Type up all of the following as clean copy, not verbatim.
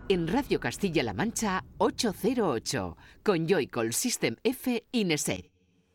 en Radio Castilla-La Mancha 808, con Joycall System F y Nesset.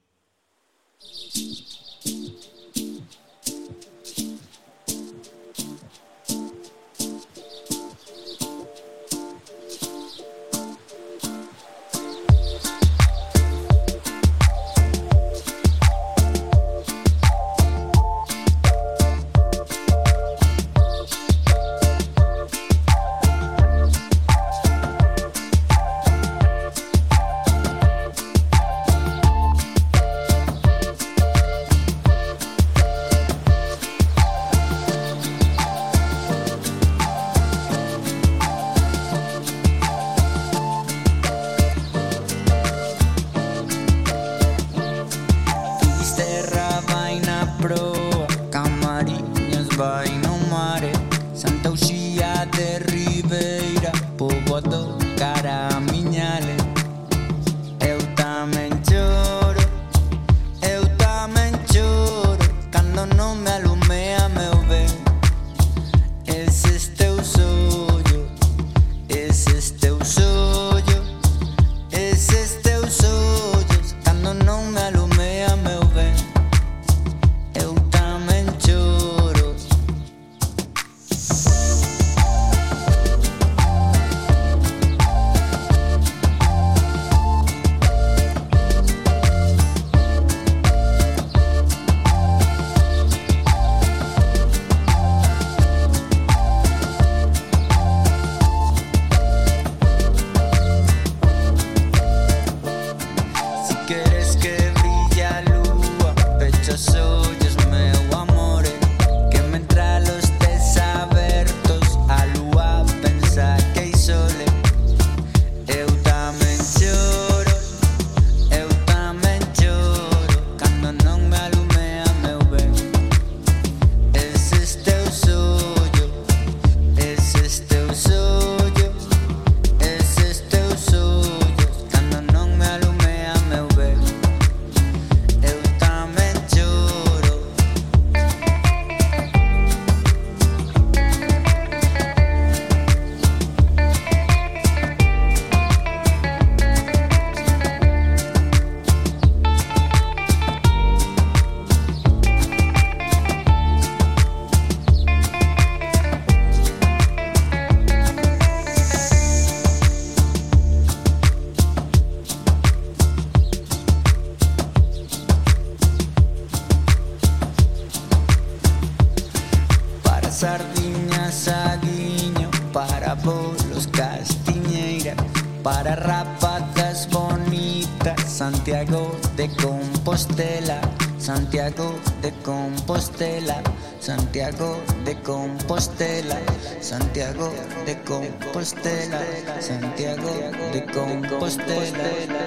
Sardiñas a guiño, para bolos castiñeiras, para rápatas bonitas, Santiago de Compostela, Santiago de Compostela, Santiago de Compostela, Santiago de Compostela, Santiago de Compostela.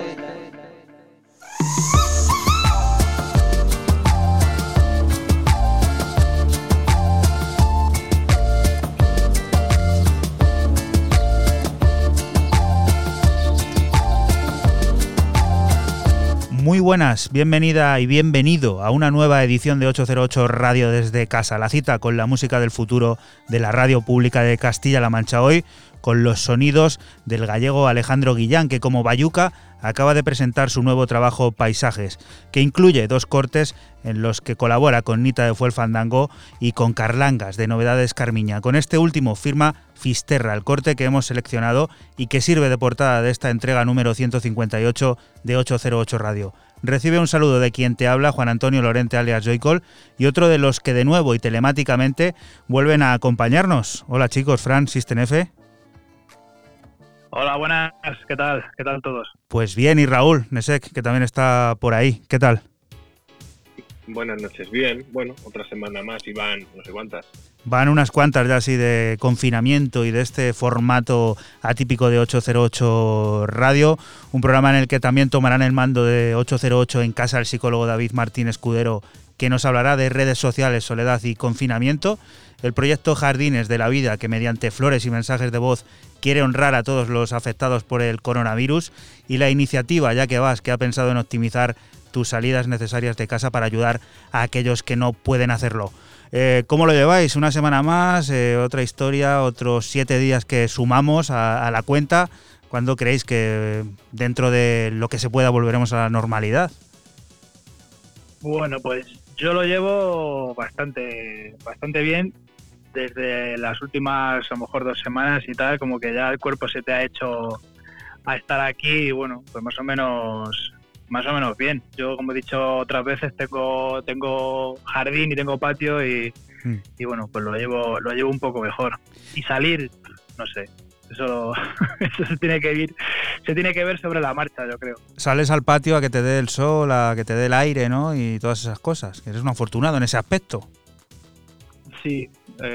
Muy buenas, bienvenida y bienvenido a una nueva edición de 808 Radio desde casa, la cita con la música del futuro de la radio pública de Castilla-La Mancha, hoy con los sonidos del gallego Alejandro Guillán, que como bayuca acaba de presentar su nuevo trabajo Paisajes, que incluye 2 cortes en los que colabora con Nita de Fuel Fandango y con Carlangas de Novedades Carmiña. Con este último firma Fisterra, el corte que hemos seleccionado y que sirve de portada de esta entrega número 158 de 808 Radio. Recibe un saludo de quien te habla, Juan Antonio Lorente alias Joycall, y otro de los que de nuevo y telemáticamente vuelven a acompañarnos. Hola chicos, Fran, System F. Hola, buenas, ¿qué tal? ¿Qué tal todos? Pues bien, y Raúl Nesek, que también está por ahí, ¿qué tal? Buenas noches, bien, bueno, otra semana más y van no sé cuántas. Van unas cuantas ya así de confinamiento y de este formato atípico de 808 Radio, un programa en el que también tomarán el mando de 808 en casa el psicólogo David Martín Escudero, que nos hablará de redes sociales, soledad y confinamiento, el proyecto Jardines de la Vida, que mediante flores y mensajes de voz quiere honrar a todos los afectados por el coronavirus, y la iniciativa Ya que vas, que ha pensado en optimizar tus salidas necesarias de casa para ayudar a aquellos que no pueden hacerlo. ¿Cómo lo lleváis? ¿Una semana más? ¿Otra historia? ¿Otros 7 días que sumamos a la cuenta? ¿Cuándo creéis que dentro de lo que se pueda volveremos a la normalidad? Bueno, pues yo lo llevo bastante bien. Desde las últimas, a lo mejor 2 semanas y tal, como que ya el cuerpo se te ha hecho a estar aquí y bueno, pues más o menos bien. Yo, como he dicho otras veces, tengo jardín y tengo patio y bueno, pues lo llevo un poco mejor. Y salir, no sé, eso se tiene que ver sobre la marcha, yo creo. Sales al patio a que te dé el sol, a que te dé el aire, ¿no? Y todas esas cosas. Eres un afortunado en ese aspecto. Sí,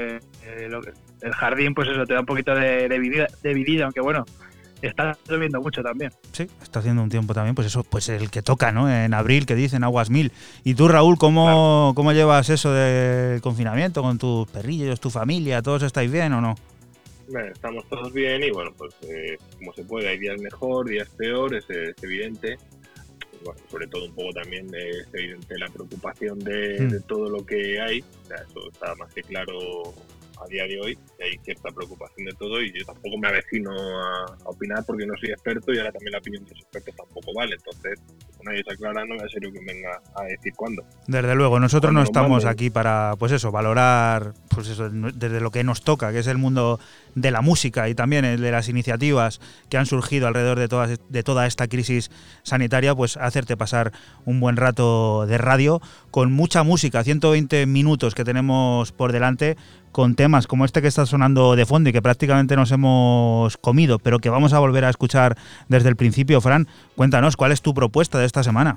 el jardín, pues eso, te da un poquito de vidilla, aunque bueno, está lloviendo mucho también. Sí, está haciendo un tiempo también, pues eso, pues el que toca, ¿no? En abril, que dicen aguas mil. Y tú, Raúl, ¿cómo llevas eso del confinamiento con tus perrillos, tu familia? ¿Todos estáis bien o no? Bueno, estamos todos bien y bueno, pues como se puede, hay días mejor, días peor, es evidente. Bueno, sobre todo un poco también es evidente la preocupación de todo lo que hay, o sea, eso está más que claro a día de hoy, que hay cierta preocupación de todo y yo tampoco me avecino a opinar porque no soy experto y ahora también la opinión de los expertos tampoco vale, entonces como nadie se aclara no me da serio que venga a decir cuándo. Desde luego, nosotros no estamos aquí para, pues eso, valorar, pues eso, desde lo que nos toca, que es el mundo de la música y también el de las iniciativas que han surgido alrededor de toda esta crisis sanitaria, pues hacerte pasar un buen rato de radio con mucha música, 120 minutos que tenemos por delante, con temas como este que está sonando de fondo y que prácticamente nos hemos comido, pero que vamos a volver a escuchar desde el principio. Fran, cuéntanos, ¿cuál es tu propuesta de esta semana?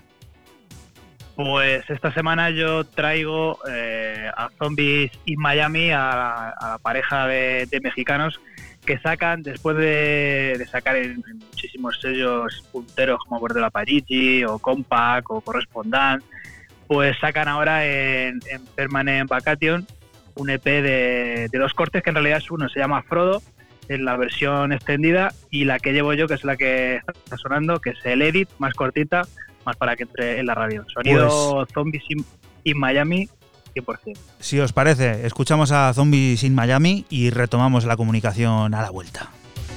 Pues esta semana yo traigo a Zombies in Miami, a la pareja de mexicanos que sacan, después de sacar en muchísimos sellos punteros como Bordela Parigi o Compact o Correspondant, pues sacan ahora en Permanent Vacation un EP de 2 cortes, que en realidad es uno, se llama Frodo, en la versión extendida, y la que llevo yo, que es la que está sonando, que es el edit, más cortita, más para que entre en la radio. Sonido pues, Zombies in Miami, 100%. Si os parece, escuchamos a Zombies in Miami y retomamos la comunicación a la vuelta.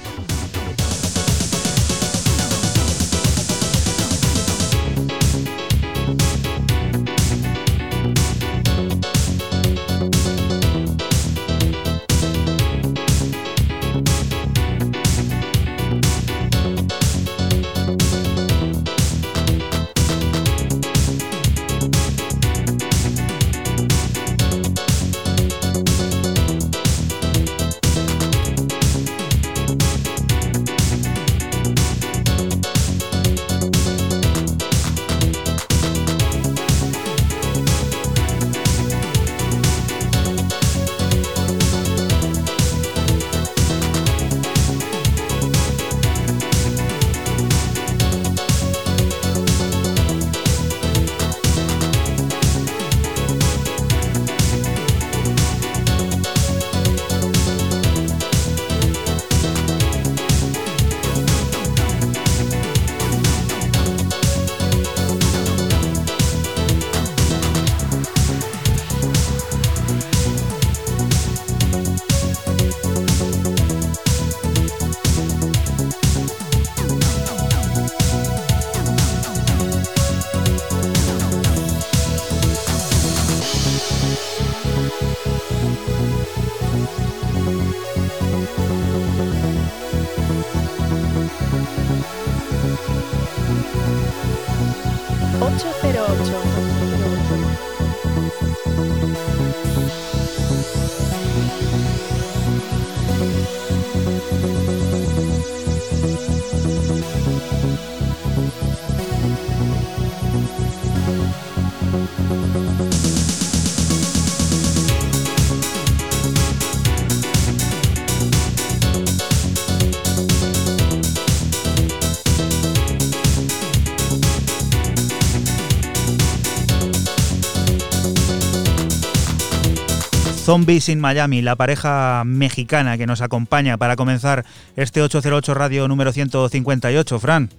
Zombies in Miami, la pareja mexicana que nos acompaña para comenzar este 808 Radio número 158, Fran.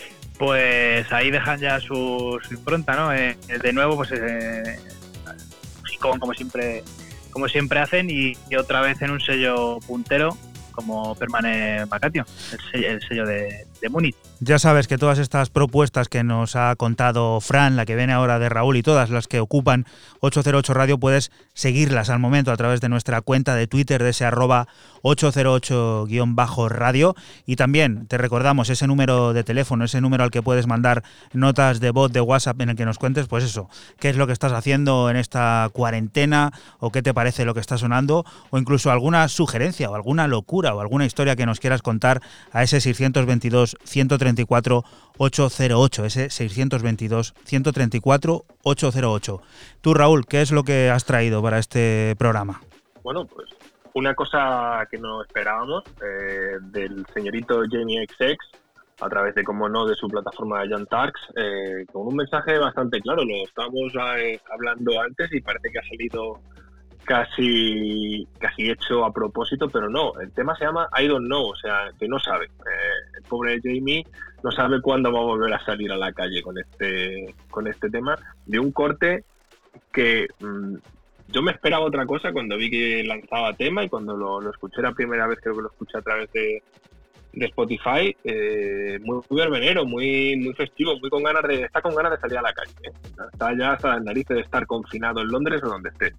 Pues ahí dejan ya su impronta, ¿no? De nuevo, pues discón como siempre hacen, y otra vez en un sello puntero como Permanent Vacation, el sello de Múnich. Ya sabes que todas estas propuestas que nos ha contado Fran, la que viene ahora de Raúl, y todas las que ocupan 808 Radio, puedes seguirlas al momento a través de nuestra cuenta de Twitter, de ese @808-radio, y también te recordamos ese número de teléfono, ese número al que puedes mandar notas de voz de WhatsApp en el que nos cuentes, pues eso, qué es lo que estás haciendo en esta cuarentena, o qué te parece lo que está sonando, o incluso alguna sugerencia o alguna locura o alguna historia que nos quieras contar a ese 622-134-808, ese 622-134-808. Tú, Raúl, ¿qué es lo que has traído para este programa? Bueno, pues una cosa que no esperábamos, del señorito Jamie XX, a través de, como no, de su plataforma Jan Tarks, con un mensaje bastante claro. Lo estábamos hablando antes y parece que ha salido casi hecho a propósito, pero no. El tema se llama I Don't Know, o sea, que no sabe. El pobre Jamie no sabe cuándo va a volver a salir a la calle con este tema, de un corte que yo me esperaba otra cosa cuando vi que lanzaba tema, y cuando lo escuché la primera vez, creo que lo escuché a través de Spotify, muy verbenero, muy festivo, está con ganas de salir a la calle, ¿eh? Está ya hasta las narices de estar confinado en Londres o donde esté.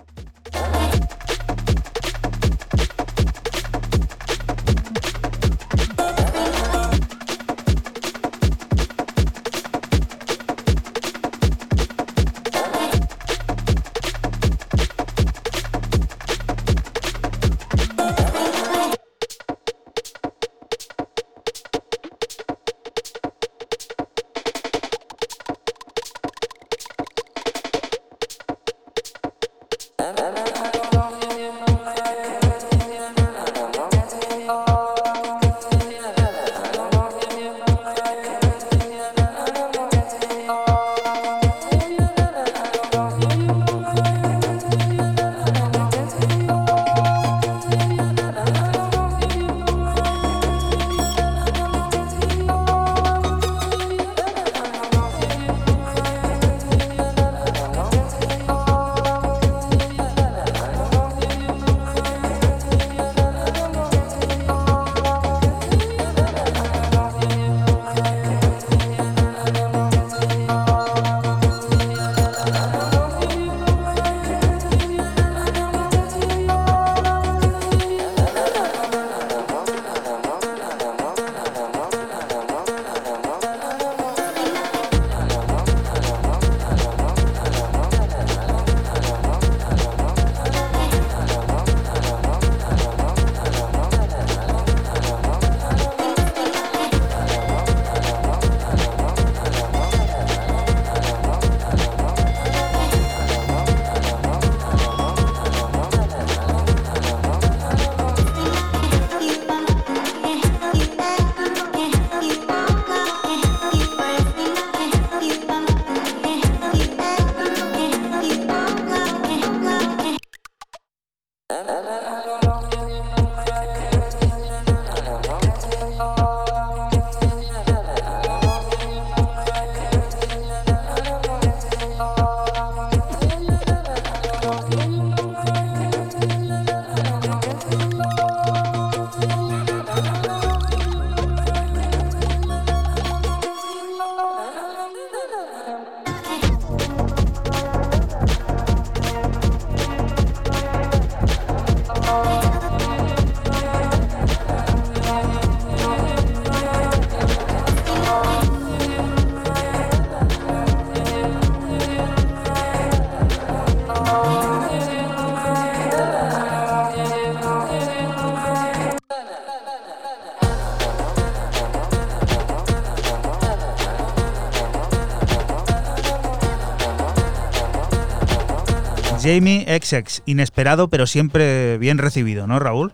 Jamie XX, inesperado pero siempre bien recibido, ¿no, Raúl?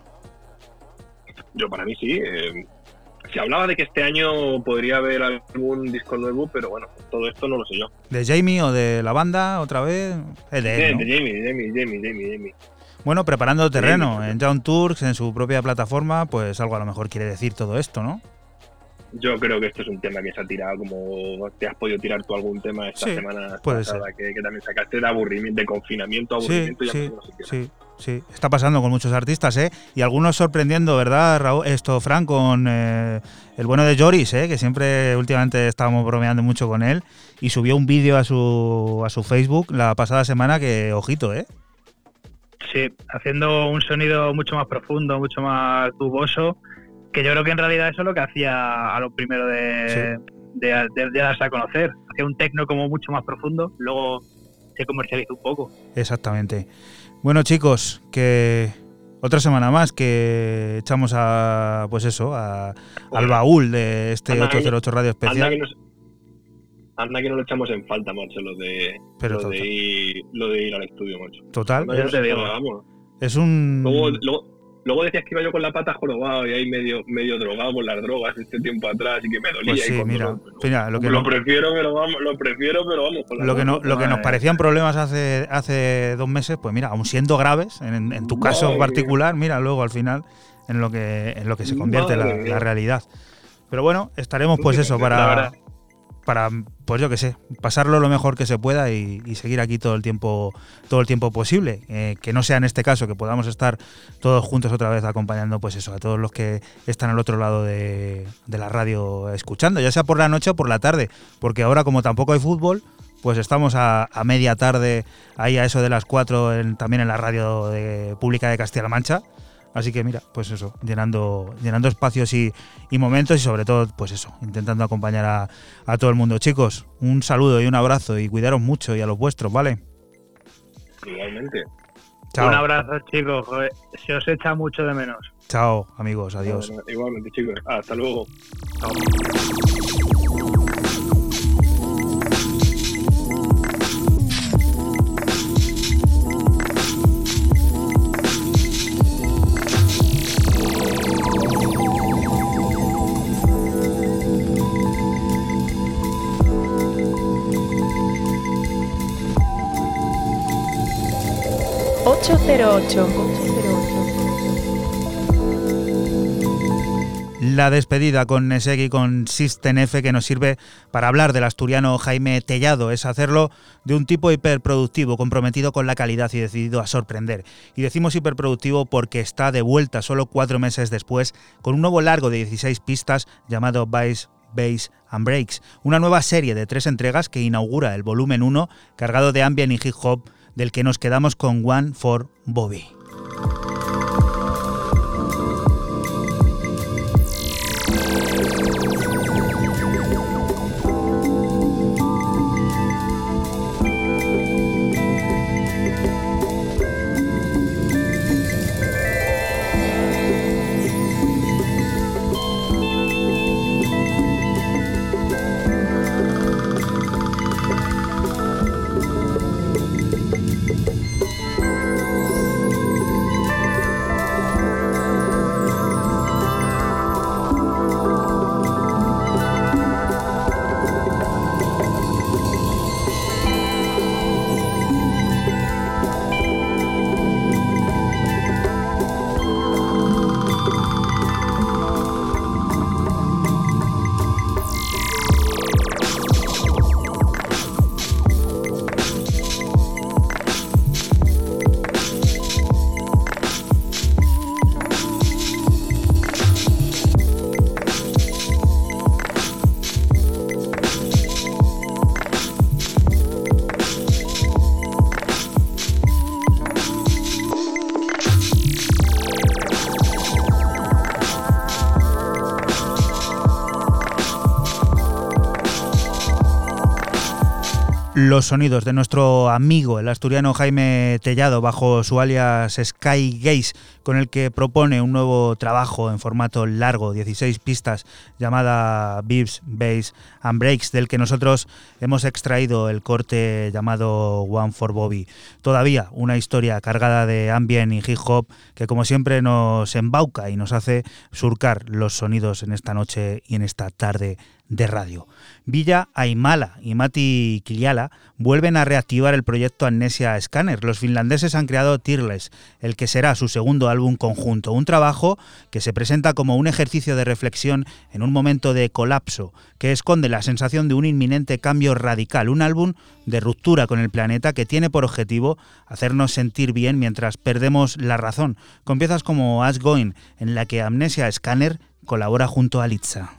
Yo, para mí sí. Se hablaba de que este año podría haber algún disco nuevo, pero bueno, todo esto no lo sé yo. ¿De Jamie o de la banda otra vez? De él, ¿no? De Jamie. Bueno, preparando terreno en Jan Tarks, en su propia plataforma, pues algo a lo mejor quiere decir todo esto, ¿no? Yo creo que esto es un tema que se ha tirado, como te has podido tirar tú algún tema esta semana pasada, que también sacaste de aburrimiento, de confinamiento, aburrimiento. Sí, está pasando con muchos artistas, y algunos sorprendiendo, ¿verdad, Raúl? Fran, con el bueno de Joris, que siempre últimamente estábamos bromeando mucho con él, y subió un vídeo a su Facebook la pasada semana que, ojito, Sí, haciendo un sonido mucho más profundo, mucho más tuboso, que yo creo que en realidad eso es lo que hacía a lo primero de darse a conocer. Hacía un techno como mucho más profundo, luego se comercializó un poco. Exactamente. Bueno, chicos, que otra semana más que echamos al baúl de este 808 Radio Especial. Anda que no lo echamos en falta, macho, lo de ir al estudio, macho. Total. Yo te digo, vamos. Es un... Luego decías que iba yo con la pata jorobado y ahí medio drogado con las drogas este tiempo atrás y que me dolía. Pues sí, mira, lo prefiero, pero vamos con lo que nos parecían problemas hace 2 meses, pues mira, aun siendo graves, en tu caso particular, mira, luego al final en lo que se convierte la realidad. Pero bueno, estaremos pues eso para pues yo que sé, pasarlo lo mejor que se pueda y seguir aquí todo el tiempo posible, que no sea en este caso que podamos estar todos juntos otra vez acompañando pues eso a todos los que están al otro lado de la radio escuchando, ya sea por la noche o por la tarde, porque ahora como tampoco hay fútbol, pues estamos a media tarde ahí a eso de las 4 también en la radio pública de Castilla-La Mancha. Así que mira, pues eso, llenando espacios y momentos y sobre todo, pues eso, intentando acompañar a todo el mundo. Chicos, un saludo y un abrazo y cuidaros mucho y a los vuestros, ¿vale? Igualmente. Chao. Un abrazo, chicos. Joder, se os echa mucho de menos. Chao, amigos, adiós. Bueno, igualmente, chicos. Hasta luego. Chao. 808. La despedida con Nesek y con System F, que nos sirve para hablar del asturiano Jaime Tellado, es hacerlo de un tipo hiperproductivo, comprometido con la calidad y decidido a sorprender. Y decimos hiperproductivo porque está de vuelta solo 4 meses después con un nuevo largo de 16 pistas llamado Bass, and Breaks, una nueva serie de 3 entregas que inaugura el volumen 1 cargado de ambient y hip hop, del que nos quedamos con One for Bobby. Los sonidos de nuestro amigo, el asturiano Jaime Tellado, bajo su alias Sky Gaze, con el que propone un nuevo trabajo en formato largo, 16 pistas, llamada Beats, Bass and Breaks, del que nosotros hemos extraído el corte llamado One for Bobby. Todavía una historia cargada de ambient y hip hop que, como siempre, nos embauca y nos hace surcar los sonidos en esta noche y en esta tarde de radio. Villa Aimala y Matti Kiliala vuelven a reactivar el proyecto Amnesia Scanner. Los finlandeses han creado Tearless, el que será su segundo álbum conjunto, un trabajo que se presenta como un ejercicio de reflexión en un momento de colapso, que esconde la sensación de un inminente cambio radical, un álbum de ruptura con el planeta que tiene por objetivo hacernos sentir bien mientras perdemos la razón, con piezas como As Going, en la que Amnesia Scanner colabora junto a Litza.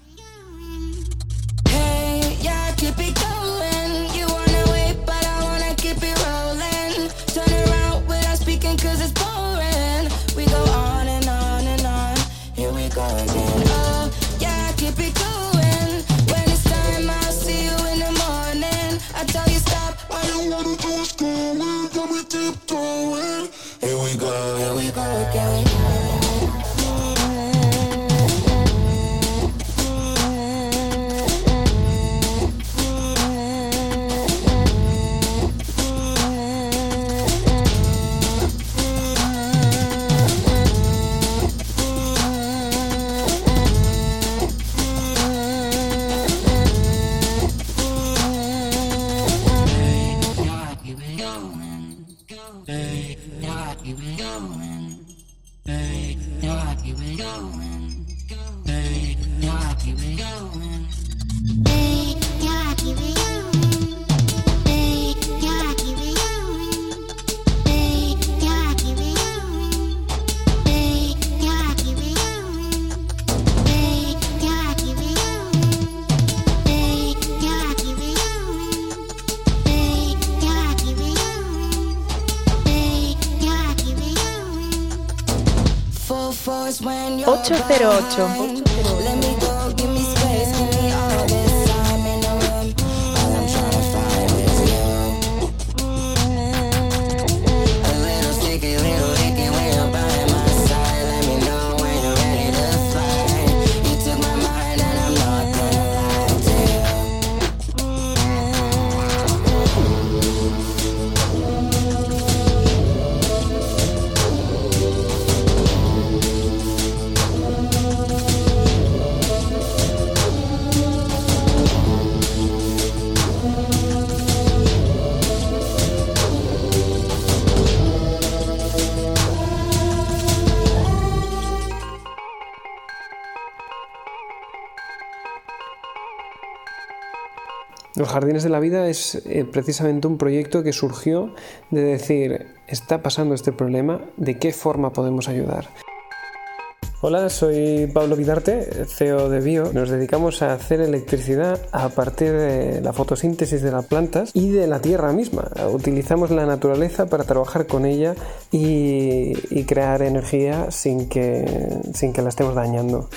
Los Jardines de la Vida es precisamente un proyecto que surgió de decir, está pasando este problema, ¿de qué forma podemos ayudar? Hola, soy Pablo Vidarte, CEO de Bio. Nos dedicamos a hacer electricidad a partir de la fotosíntesis de las plantas y de la tierra misma. Utilizamos la naturaleza para trabajar con ella y crear energía sin que la estemos dañando.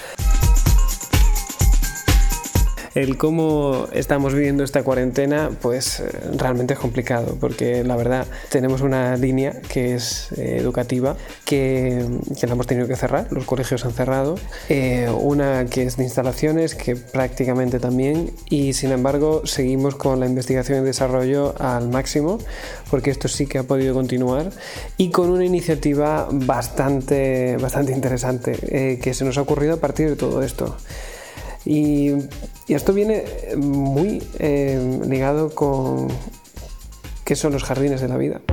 El cómo estamos viviendo esta cuarentena, pues realmente es complicado, porque la verdad tenemos una línea que es educativa, que la hemos tenido que cerrar, los colegios han cerrado, una que es de instalaciones, que prácticamente también, y sin embargo seguimos con la investigación y desarrollo al máximo, porque esto sí que ha podido continuar, y con una iniciativa bastante interesante que se nos ha ocurrido a partir de todo esto. Y esto viene muy ligado con qué son los jardines de la vida.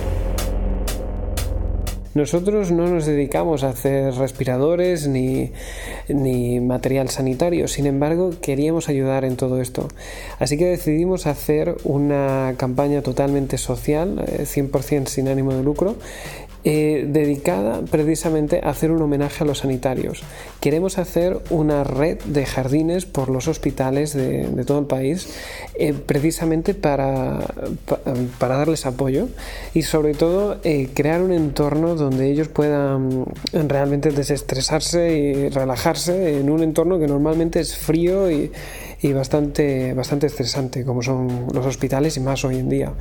Nosotros no nos dedicamos a hacer respiradores ni material sanitario, sin embargo queríamos ayudar en todo esto. Así que decidimos hacer una campaña totalmente social, 100% sin ánimo de lucro, dedicada precisamente a hacer un homenaje a los sanitarios. Queremos hacer una red de jardines por los hospitales de todo el país, precisamente para darles apoyo y sobre todo crear un entorno donde ellos puedan realmente desestresarse y relajarse en un entorno que normalmente es frío y bastante estresante, como son los hospitales y más hoy en día.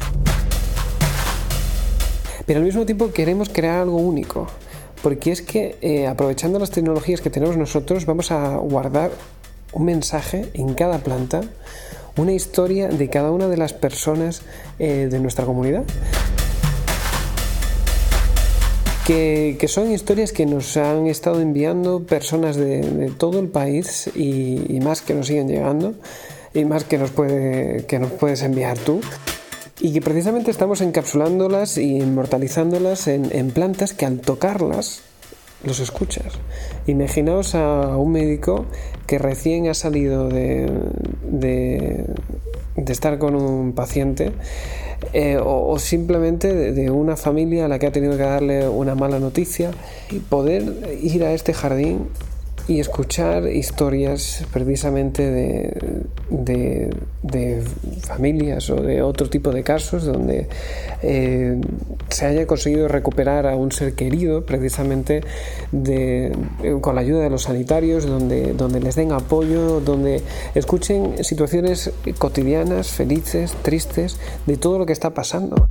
Pero al mismo tiempo queremos crear algo único, porque es que aprovechando las tecnologías que tenemos nosotros, vamos a guardar un mensaje en cada planta, una historia de cada una de las personas de nuestra comunidad. que son historias que nos han estado enviando personas de todo el país y más que nos siguen llegando y más que nos puedes enviar tú. Y que precisamente estamos encapsulándolas y inmortalizándolas en plantas que al tocarlas los escuchas. Imaginaos a un médico que recién ha salido de estar con un paciente o simplemente de una familia a la que ha tenido que darle una mala noticia, y poder ir a este jardín y escuchar historias precisamente de familias o de otro tipo de casos donde se haya conseguido recuperar a un ser querido precisamente con la ayuda de los sanitarios, donde les den apoyo, donde escuchen situaciones cotidianas, felices, tristes, de todo lo que está pasando.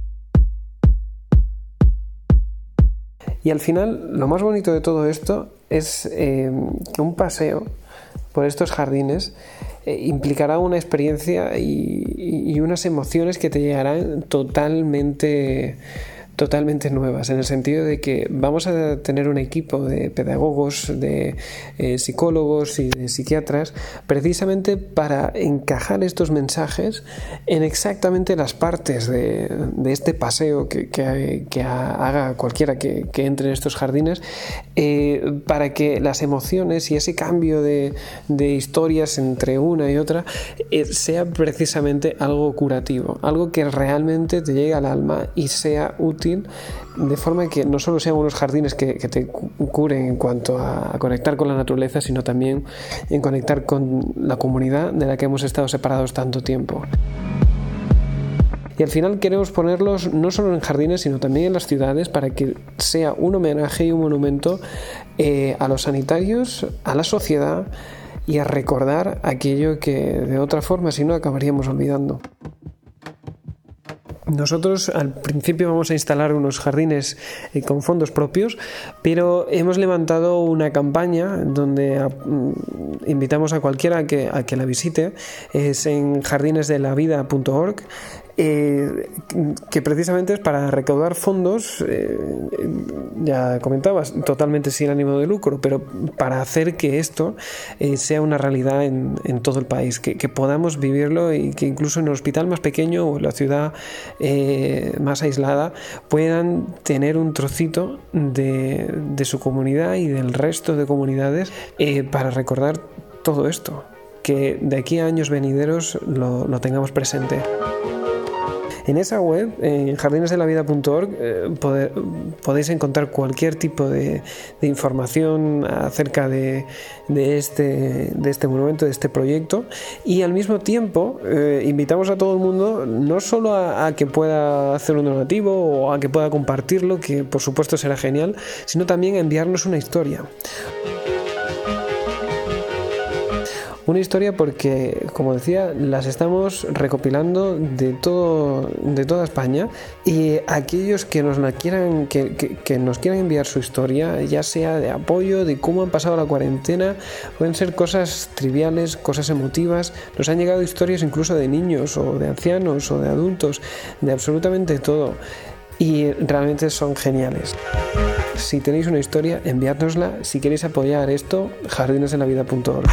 Y al final, lo más bonito de todo esto es que un paseo por estos jardines implicará una experiencia y unas emociones que te llegarán totalmente nuevas, en el sentido de que vamos a tener un equipo de pedagogos, de psicólogos y de psiquiatras precisamente para encajar estos mensajes en exactamente las partes de este paseo que haga cualquiera que entre en estos jardines, para que las emociones y ese cambio de historias entre una y otra sea precisamente algo curativo, algo que realmente te llegue al alma y sea útil, de forma que no solo sean unos jardines que te curen en cuanto a conectar con la naturaleza, sino también en conectar con la comunidad de la que hemos estado separados tanto tiempo. Y al final queremos ponerlos no solo en jardines, sino también en las ciudades, para que sea un homenaje y un monumento a los sanitarios, a la sociedad y a recordar aquello que de otra forma, si no, acabaríamos olvidando. Nosotros al principio vamos a instalar unos jardines con fondos propios, pero hemos levantado una campaña donde invitamos a cualquiera a que la visite. Es en jardinesdelavida.org, que precisamente es para recaudar fondos, ya comentabas, totalmente sin ánimo de lucro, pero para hacer que esto sea una realidad en todo el país, que podamos vivirlo, y que incluso en el hospital más pequeño o en la ciudad más aislada puedan tener un trocito de su comunidad y del resto de comunidades para recordar todo esto, que de aquí a años venideros lo tengamos presente. En esa web, en jardinesdelavida.org, podéis encontrar cualquier tipo de información acerca de este monumento, de este proyecto, y al mismo tiempo invitamos a todo el mundo no solo a que pueda hacer un donativo o a que pueda compartirlo, que por supuesto será genial, sino también a enviarnos una historia. Una historia porque, como decía, las estamos recopilando de toda España, y aquellos que nos quieran enviar su historia, ya sea de apoyo, de cómo han pasado la cuarentena, pueden ser cosas triviales, cosas emotivas. Nos han llegado historias incluso de niños o de ancianos o de adultos, de absolutamente todo, y realmente son geniales. Si tenéis una historia, enviádnosla. Si queréis apoyar esto, jardinesdelavida.org.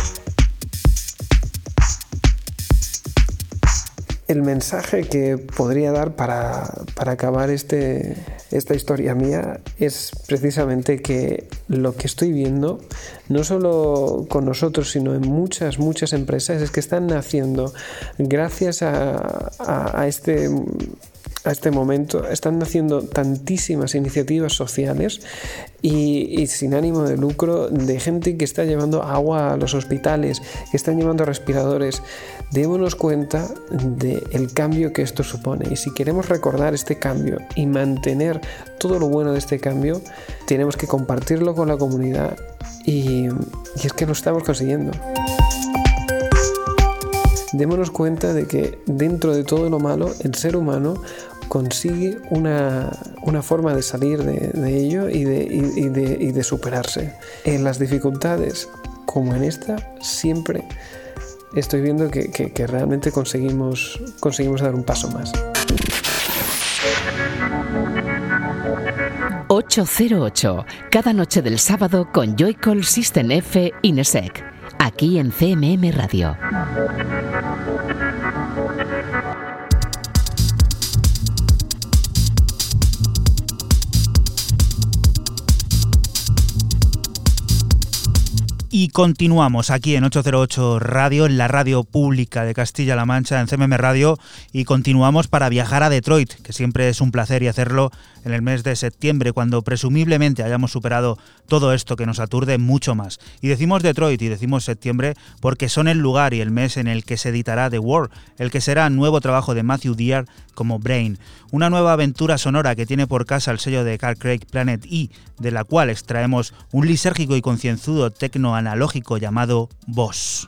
El mensaje que podría dar para acabar esta historia mía es precisamente que lo que estoy viendo, no solo con nosotros, sino en muchas empresas, es que están naciendo gracias a este momento. Están naciendo tantísimas iniciativas sociales y sin ánimo de lucro, de gente que está llevando agua a los hospitales, que están llevando respiradores. Démonos cuenta del cambio que esto supone, y si queremos recordar este cambio y mantener todo lo bueno de este cambio, tenemos que compartirlo con la comunidad, y es que lo estamos consiguiendo. Démonos cuenta de que dentro de todo lo malo, el ser humano consigue una forma de salir de ello y de superarse. En las dificultades, como en esta, siempre estoy viendo que realmente conseguimos dar un paso más. 808 808, cada noche del sábado con Joycall System F Inesec, aquí en CMM Radio. Y continuamos aquí en 808 Radio, en la radio pública de Castilla-La Mancha, en CMM Radio, y continuamos para viajar a Detroit, que siempre es un placer, y hacerlo en el mes de septiembre, cuando presumiblemente hayamos superado todo esto que nos aturde mucho más. Y decimos Detroit y decimos septiembre porque son el lugar y el mes en el que se editará The World, el que será nuevo trabajo de Matthew Dear como Brain, una nueva aventura sonora que tiene por casa el sello de Carl Craig Planet E, de la cual extraemos un lisérgico y concienzudo tecno analógico llamado Boss.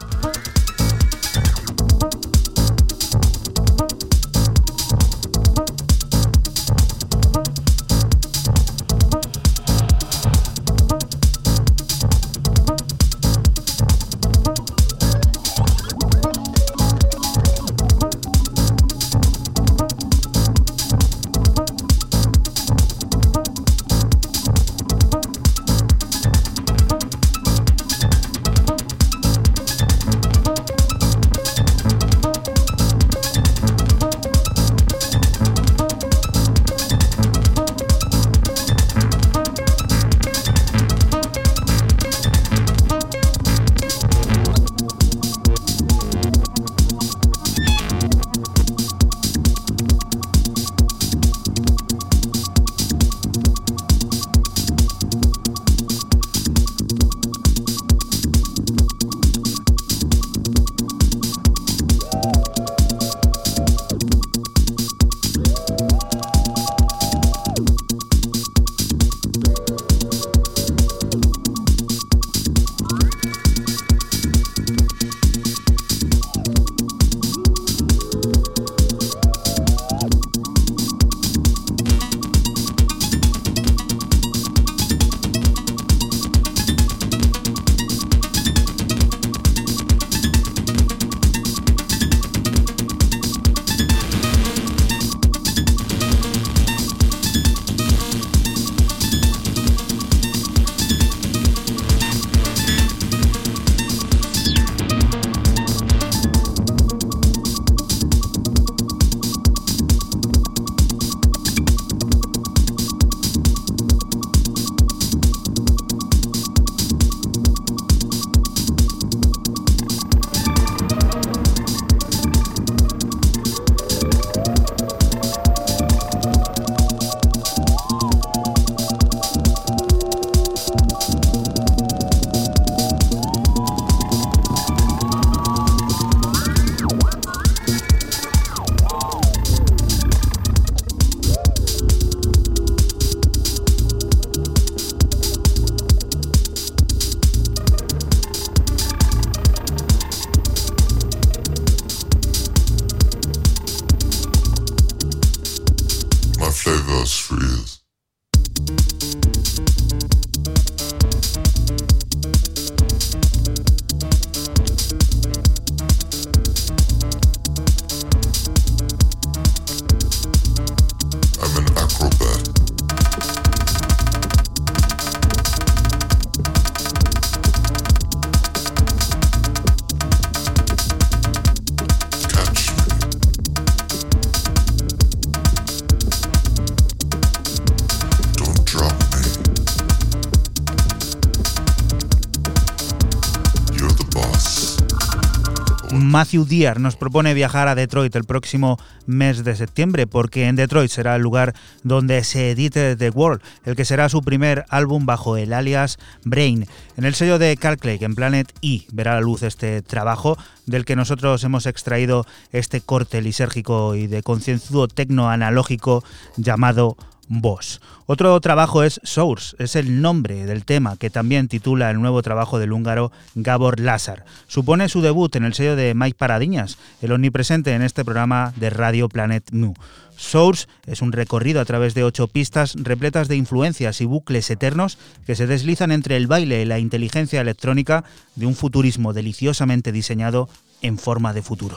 Matthew Dear nos propone viajar a Detroit el próximo mes de septiembre, porque en Detroit será el lugar donde se edite The World, el que será su primer álbum bajo el alias Brain. En el sello de Carl Craig, en Planet E, verá la luz este trabajo del que nosotros hemos extraído este corte lisérgico y de concienzudo tecno analógico llamado Boss. Otro trabajo es Source, es el nombre del tema que también titula el nuevo trabajo del húngaro Gábor Lázár. Supone su debut en el sello de Mike Paradiñas, el omnipresente en este programa de Radio Planet Mu. Source es un recorrido a través de 8 pistas repletas de influencias y bucles eternos que se deslizan entre el baile y la inteligencia electrónica de un futurismo deliciosamente diseñado en forma de futuro.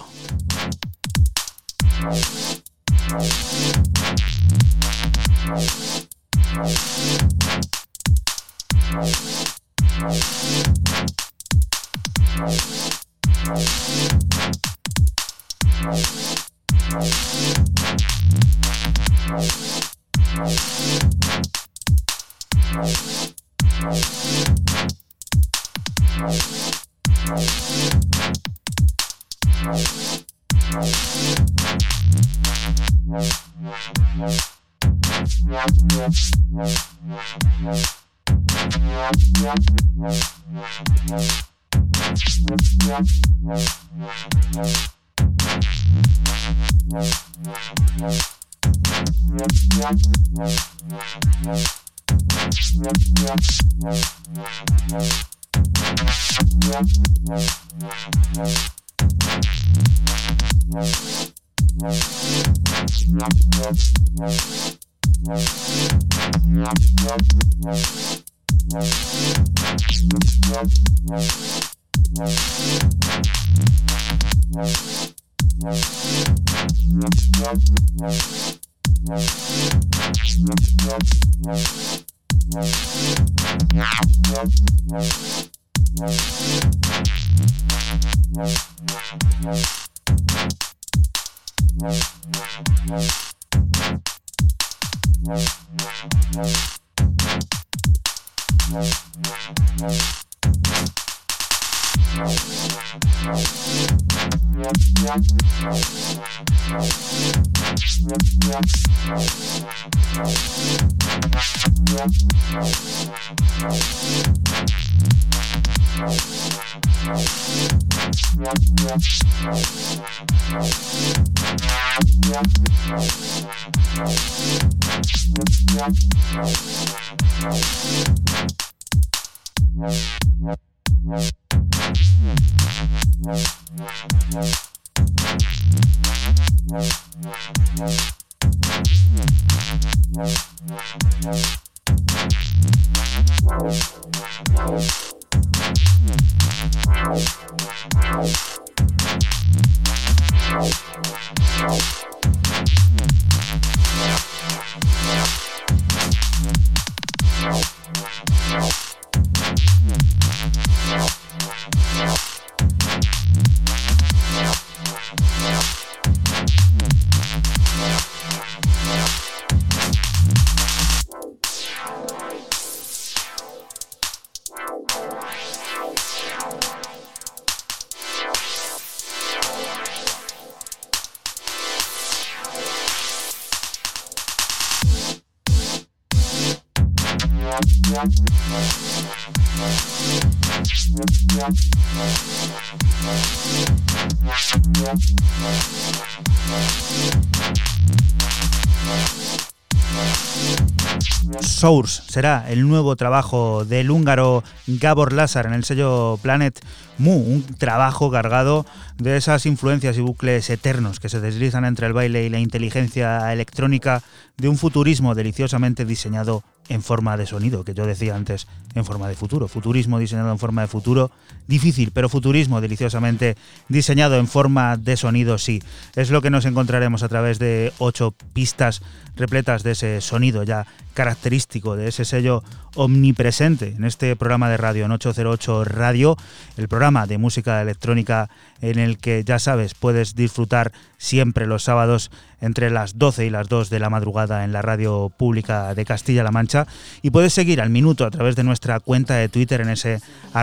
Source será el nuevo trabajo del húngaro Gábor Lázár en el sello Planet Mu, un trabajo cargado de esas influencias y bucles eternos que se deslizan entre el baile y la inteligencia electrónica de un futurismo deliciosamente diseñado en forma de sonido, que yo decía antes, en forma de futuro. Futurismo diseñado en forma de futuro, difícil, pero futurismo deliciosamente diseñado en forma de sonido, sí. Es lo que nos encontraremos a través de 8 pistas repletas de ese sonido ya característico, de ese sello omnipresente en este programa de radio, en 808 Radio, el programa de música electrónica en el que, ya sabes, puedes disfrutar siempre los sábados entre las 12 y las 2 de la madrugada en la radio pública de Castilla-La Mancha, y puedes seguir al minuto a través de nuestra cuenta de Twitter en ese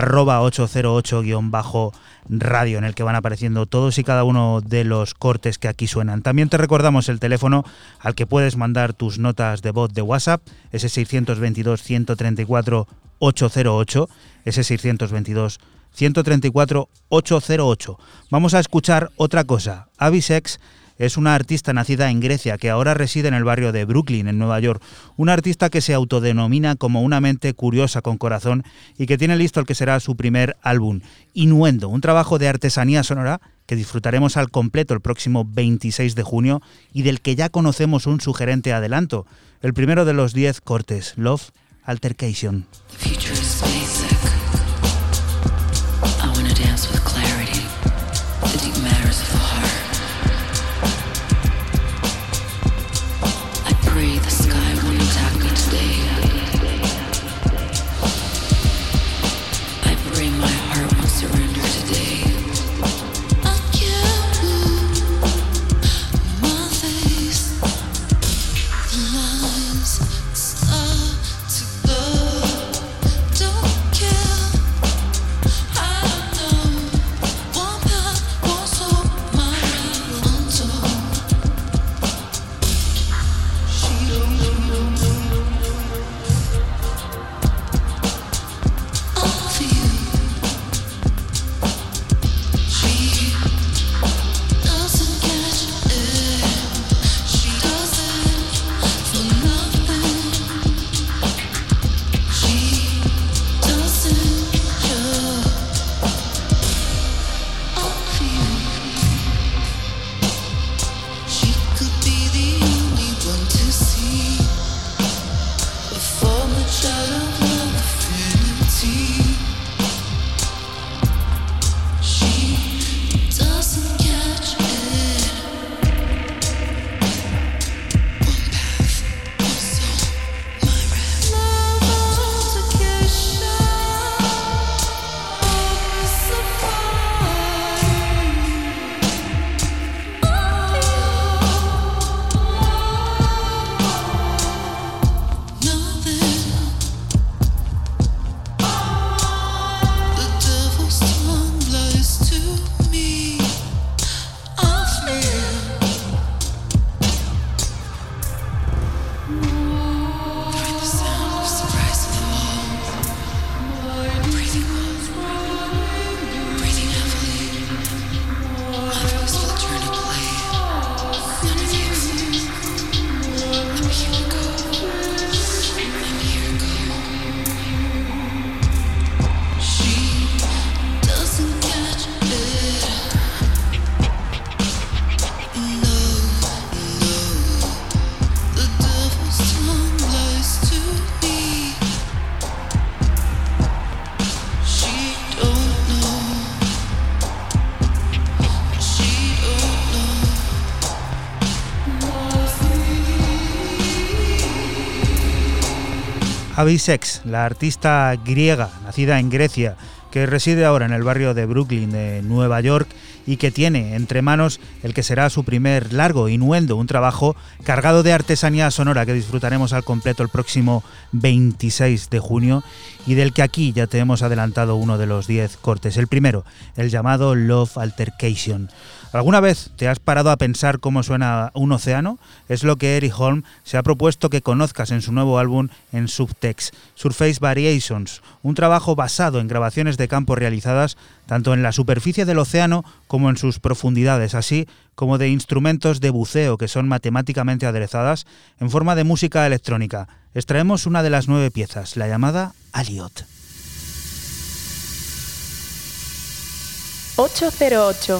@808-radio, en el que van apareciendo todos y cada uno de los cortes que aquí suenan. También te recordamos el teléfono al que puedes mandar tus notas de voz de WhatsApp, ese 622-134-808, ese 622-134-808. Vamos a escuchar otra cosa. Avisex es una artista nacida en Grecia que ahora reside en el barrio de Brooklyn, en Nueva York. Una artista que se autodenomina como una mente curiosa con corazón y que tiene listo el que será su primer álbum, Innuendo, un trabajo de artesanía sonora que disfrutaremos al completo el próximo 26 de junio y del que ya conocemos un sugerente adelanto, el primero de los 10 cortes, Love Altercation. Avisex, la artista griega, nacida en Grecia, que reside ahora en el barrio de Brooklyn de Nueva York y que tiene entre manos el que será su primer largo, Innuendo, un trabajo cargado de artesanía sonora que disfrutaremos al completo el próximo 26 de junio y del que aquí ya te hemos adelantado uno de los 10 cortes. El primero, el llamado Love Altercation. ¿Alguna vez te has parado a pensar cómo suena un océano? Es lo que Eric Holm se ha propuesto que conozcas en su nuevo álbum en Subtext, Surface Variations, un trabajo basado en grabaciones de campo realizadas tanto en la superficie del océano como en sus profundidades, así como de instrumentos de buceo que son matemáticamente aderezadas en forma de música electrónica. Extraemos una de las 9 piezas, la llamada Aliot. 808.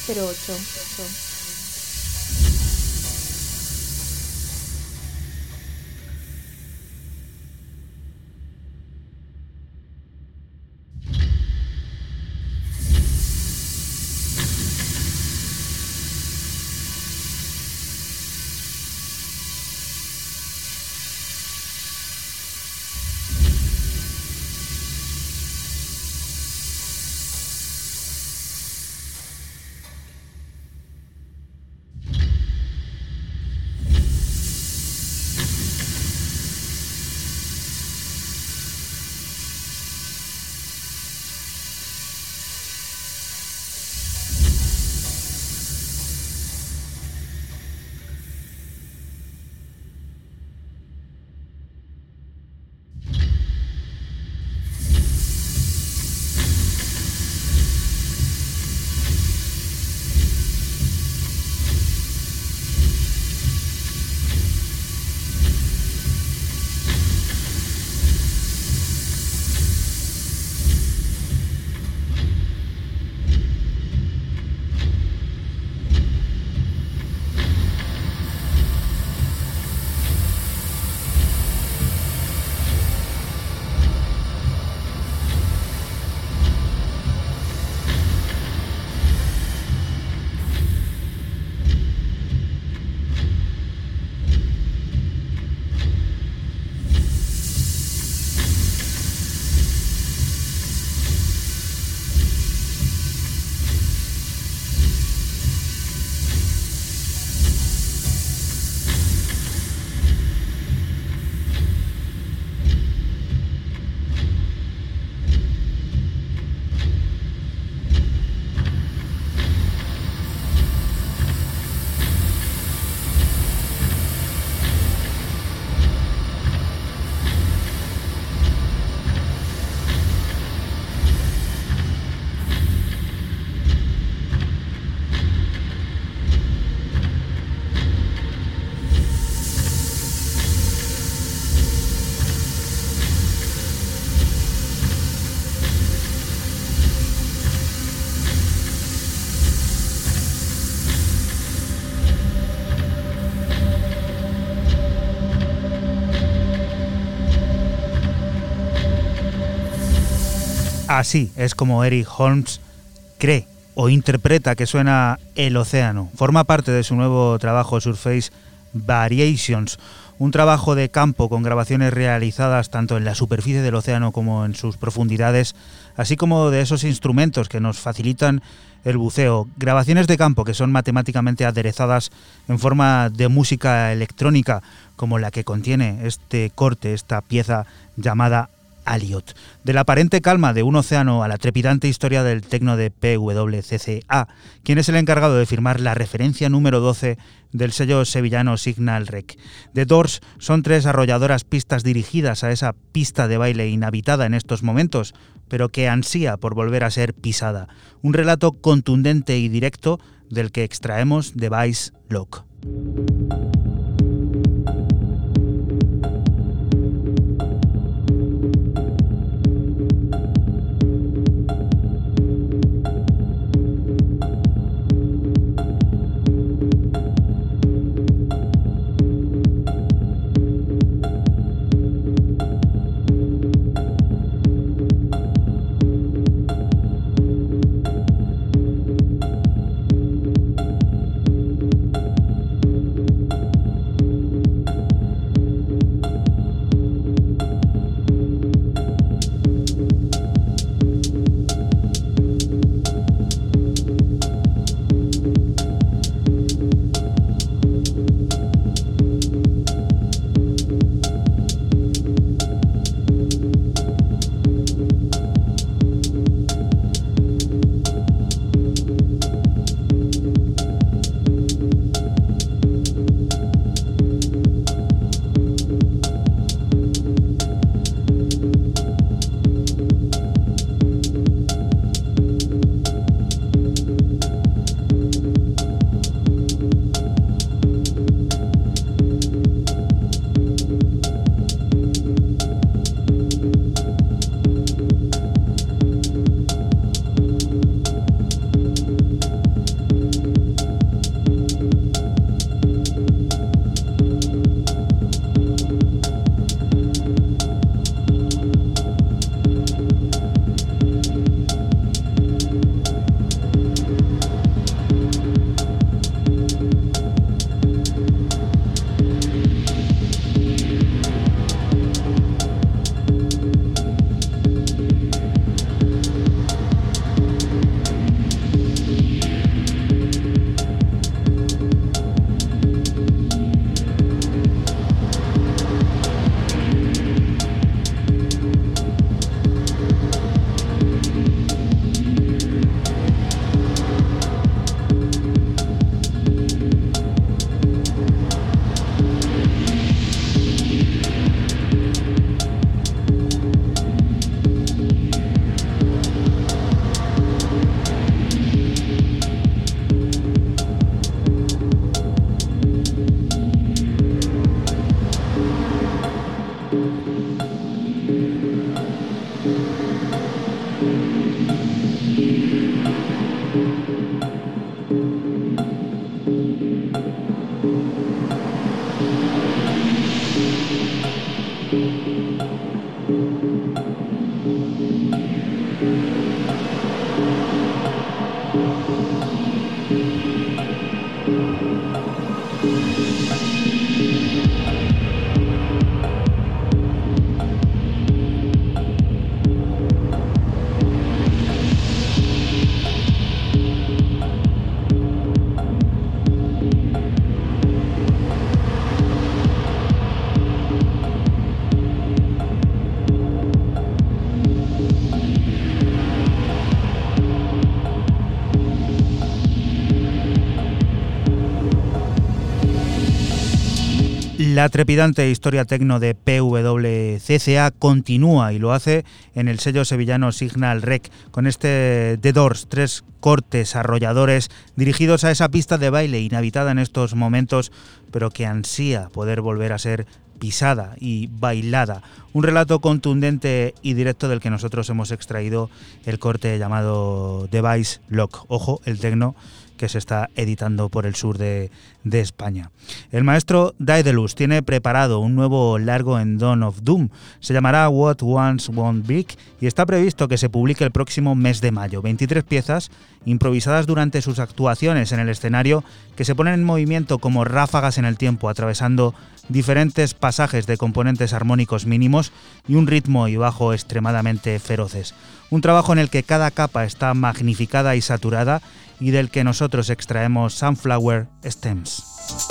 Así es como Eric Holmes cree o interpreta que suena el océano. Forma parte de su nuevo trabajo Surface Variations, un trabajo de campo con grabaciones realizadas tanto en la superficie del océano como en sus profundidades, así como de esos instrumentos que nos facilitan el buceo. Grabaciones de campo que son matemáticamente aderezadas en forma de música electrónica, como la que contiene este corte, esta pieza llamada Aliot. De la aparente calma de un océano a la trepidante historia del tecno de PWCCA, quien es el encargado de firmar la referencia número 12 del sello sevillano Signal Rec. The Doors son 3 arrolladoras pistas dirigidas a esa pista de baile inhabitada en estos momentos, pero que ansía por volver a ser pisada. Un relato contundente y directo del que extraemos Device Lock. La trepidante historia tecno de PWCCA continúa y lo hace en el sello sevillano Signal Rec con este The Doors, 3 cortes arrolladores dirigidos a esa pista de baile inhabitada en estos momentos, pero que ansía poder volver a ser pisada y bailada. Un relato contundente y directo del que nosotros hemos extraído el corte llamado Device Lock. Ojo, el tecno que se está editando por el sur de España. El maestro Daedalus tiene preparado un nuevo largo en Dawn of Doom. Se llamará What Once Won't Break y está previsto que se publique el próximo mes de mayo. 23 piezas improvisadas durante sus actuaciones en el escenario que se ponen en movimiento como ráfagas en el tiempo, atravesando diferentes pasajes de componentes armónicos mínimos y un ritmo y bajo extremadamente feroces. Un trabajo en el que cada capa está magnificada y saturada y del que nosotros extraemos Sunflower Stems.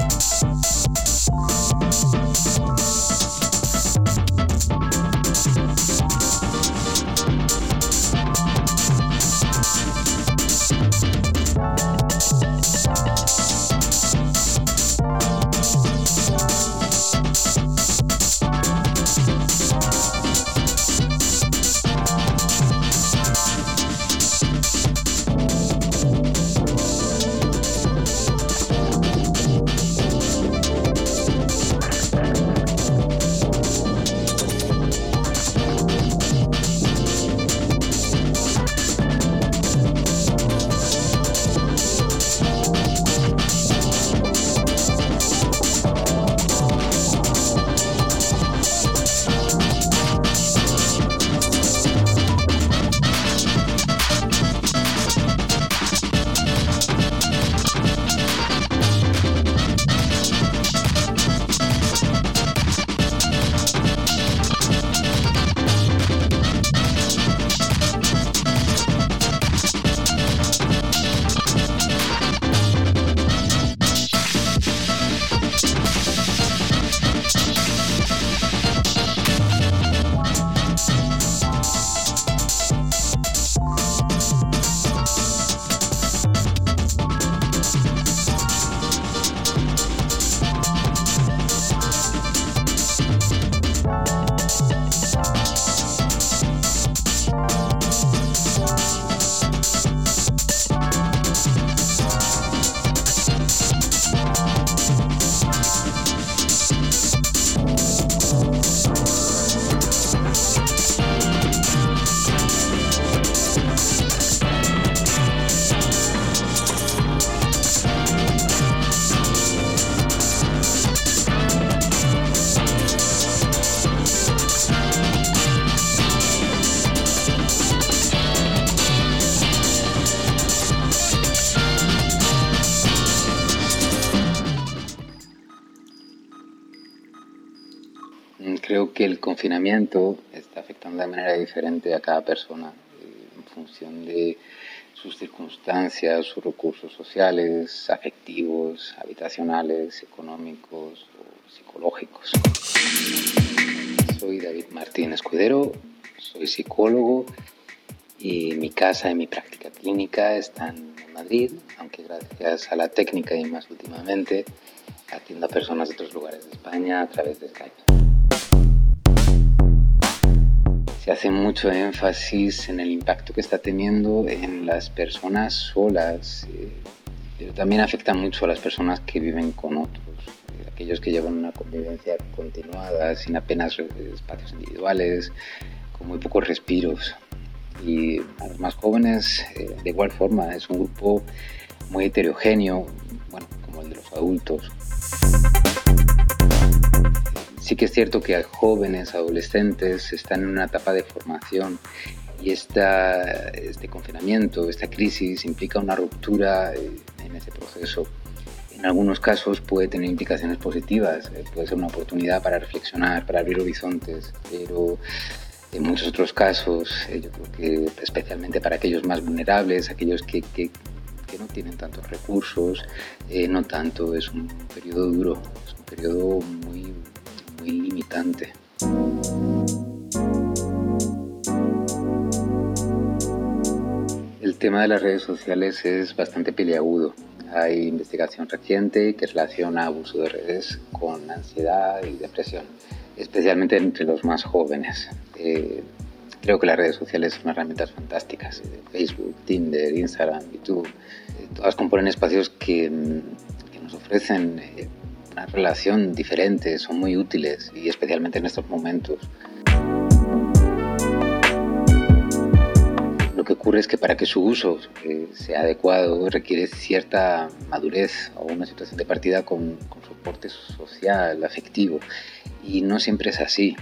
Creo que el confinamiento está afectando de manera diferente a cada persona en función de sus circunstancias, sus recursos sociales, afectivos, habitacionales, económicos o psicológicos. Soy David Martín Escudero, soy psicólogo y mi casa y mi práctica clínica están en Madrid, aunque gracias a la técnica y más últimamente atiendo a personas de otros lugares de España a través de Skype. Se hace mucho énfasis en el impacto que está teniendo en las personas solas, pero también afecta mucho a las personas que viven con otros, aquellos que llevan una convivencia continuada, sin apenas espacios individuales, con muy pocos respiros. Y a los más jóvenes, de igual forma, es un grupo muy heterogéneo, bueno, como el de los adultos. Sí que es cierto que jóvenes, adolescentes, están en una etapa de formación y este confinamiento, esta crisis implica una ruptura en ese proceso. En algunos casos puede tener implicaciones positivas, puede ser una oportunidad para reflexionar, para abrir horizontes, pero en muchos otros casos, yo creo que especialmente para aquellos más vulnerables, aquellos que no tienen tantos recursos, no tanto, es un periodo duro, es un periodo muy limitante. El tema de las redes sociales es bastante peliagudo. Hay investigación reciente que relaciona abuso de redes con ansiedad y depresión, especialmente entre los más jóvenes. Creo que las redes sociales son herramientas fantásticas. Facebook, Tinder, Instagram, YouTube, todas componen espacios que nos ofrecen una relación diferente, son muy útiles y especialmente en estos momentos. Lo que ocurre es que para que su uso sea adecuado requiere cierta madurez o una situación de partida con soporte social, afectivo, y no siempre es así.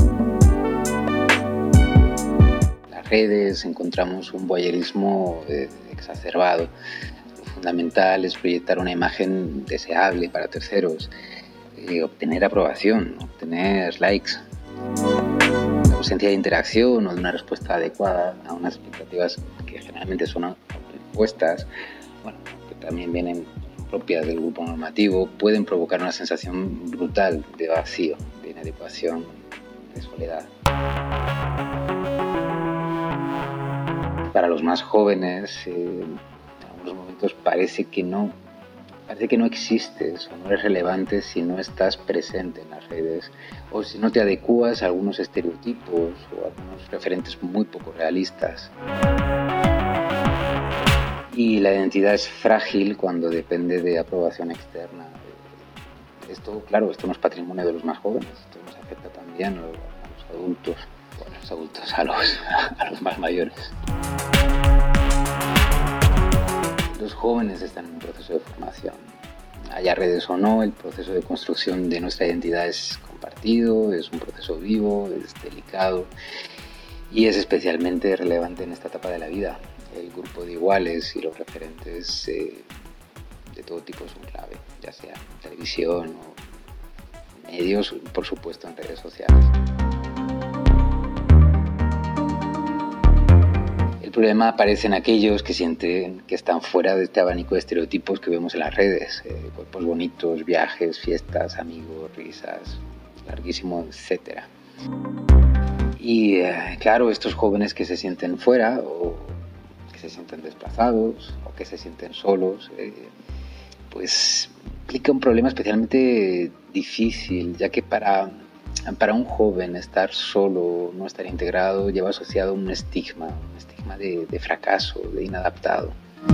En las redes encontramos un voyerismo exacerbado. Lo fundamental es proyectar una imagen deseable para terceros, obtener aprobación, obtener likes. La ausencia de interacción o de una respuesta adecuada a unas expectativas que generalmente son impuestas, que también vienen propias del grupo normativo, pueden provocar una sensación brutal de vacío, de inadecuación, de soledad. Para los más jóvenes, en algunos momentos parece que no existes o no eres relevante si no estás presente en las redes o si no te adecuas a algunos estereotipos o a algunos referentes muy poco realistas. Y la identidad es frágil cuando depende de aprobación externa. Esto no es patrimonio de los más jóvenes, esto nos afecta también a los más mayores. Los jóvenes están en un proceso de formación. Haya redes o no, el proceso de construcción de nuestra identidad es compartido, es un proceso vivo, es delicado y es especialmente relevante en esta etapa de la vida. El grupo de iguales y los referentes de todo tipo son clave, ya sea en televisión o medios, por supuesto en redes sociales. El problema aparece en aquellos que sienten que están fuera de este abanico de estereotipos que vemos en las redes. Cuerpos bonitos, viajes, fiestas, amigos, risas, larguísimo, etc. Y claro, estos jóvenes que se sienten fuera o que se sienten desplazados o que se sienten solos, pues implica un problema especialmente difícil, ya que para un joven estar solo, no estar integrado, lleva asociado un estigma de fracaso, de inadaptado.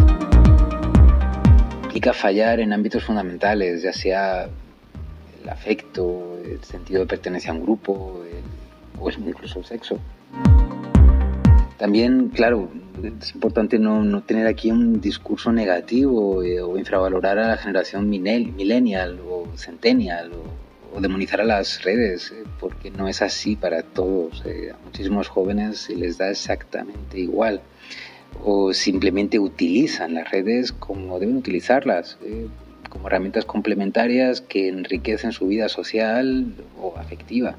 Implica fallar en ámbitos fundamentales, ya sea el afecto, el sentido de pertenencia a un grupo o incluso el sexo. También, claro, es importante no tener aquí un discurso negativo o infravalorar a la generación millennial o centennial o demonizar a las redes, porque no es así para todos. A muchísimos jóvenes les da exactamente igual o simplemente utilizan las redes como deben utilizarlas, como herramientas complementarias que enriquecen su vida social o afectiva.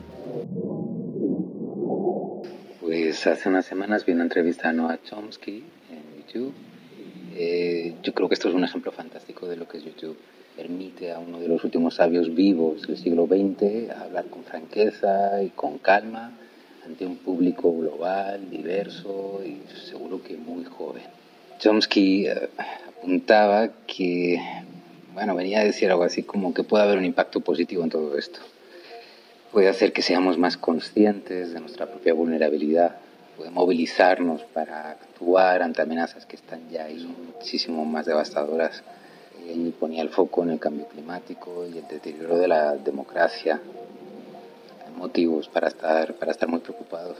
Pues hace unas semanas vi una entrevista a Noam Chomsky en YouTube. Yo creo que esto es un ejemplo fantástico de lo que es YouTube. Permite a uno de los últimos sabios vivos del siglo XX hablar con franqueza y con calma ante un público global, diverso y seguro que muy joven. Chomsky apuntaba que, venía a decir algo así como que puede haber un impacto positivo en todo esto. Puede hacer que seamos más conscientes de nuestra propia vulnerabilidad, puede movilizarnos para actuar ante amenazas que están ya y son muchísimo más devastadoras. Él ponía el foco en el cambio climático y el deterioro de la democracia. Hay motivos para estar muy preocupados.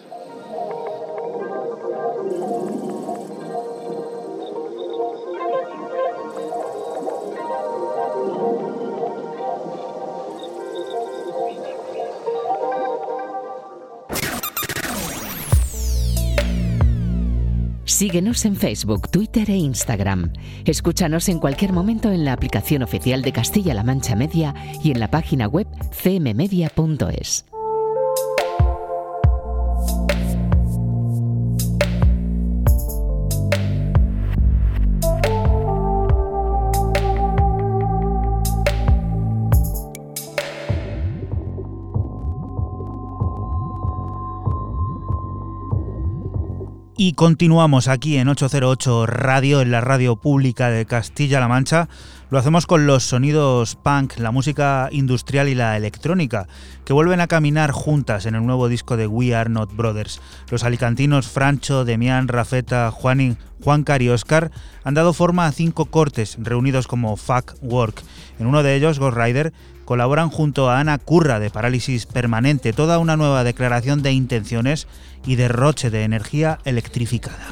Síguenos en Facebook, Twitter e Instagram. Escúchanos en cualquier momento en la aplicación oficial de Castilla-La Mancha Media y en la página web cmmedia.es. Y continuamos aquí en 808 Radio, en la radio pública de Castilla-La Mancha. Lo hacemos con los sonidos punk, la música industrial y la electrónica, que vuelven a caminar juntas en el nuevo disco de We Are Not Brothers. Los alicantinos Francho, Demián, Rafeta, Juancar y Óscar han dado forma a 5 cortes reunidos como Fuck Work. En uno de ellos, Ghost Rider, colaboran junto a Ana Curra de Parálisis Permanente, toda una nueva declaración de intenciones y derroche de energía electrificada.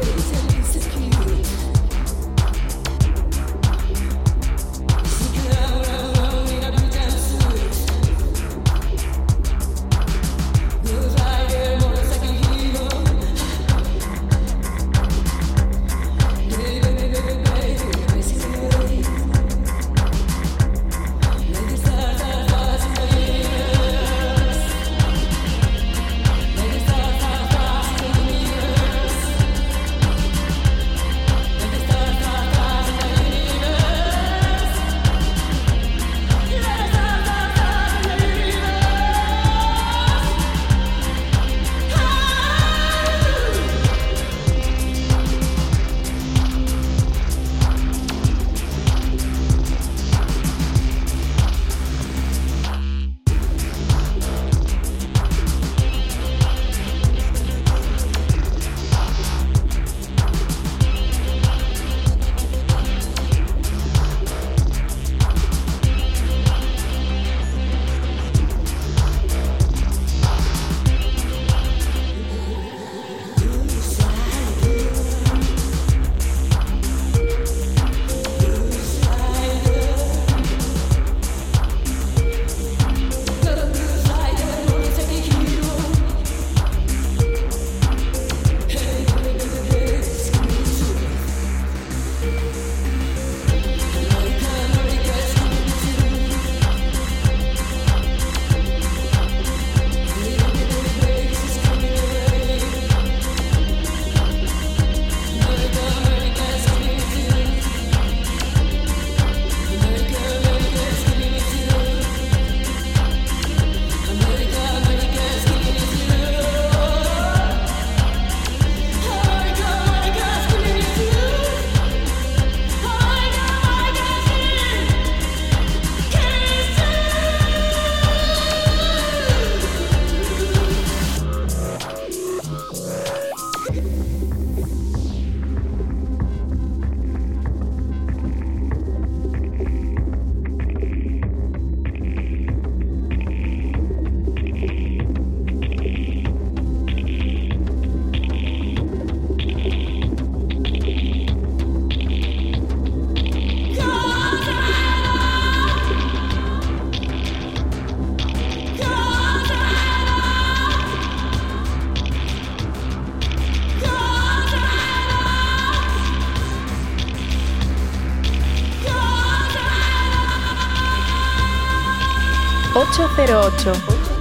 ...808.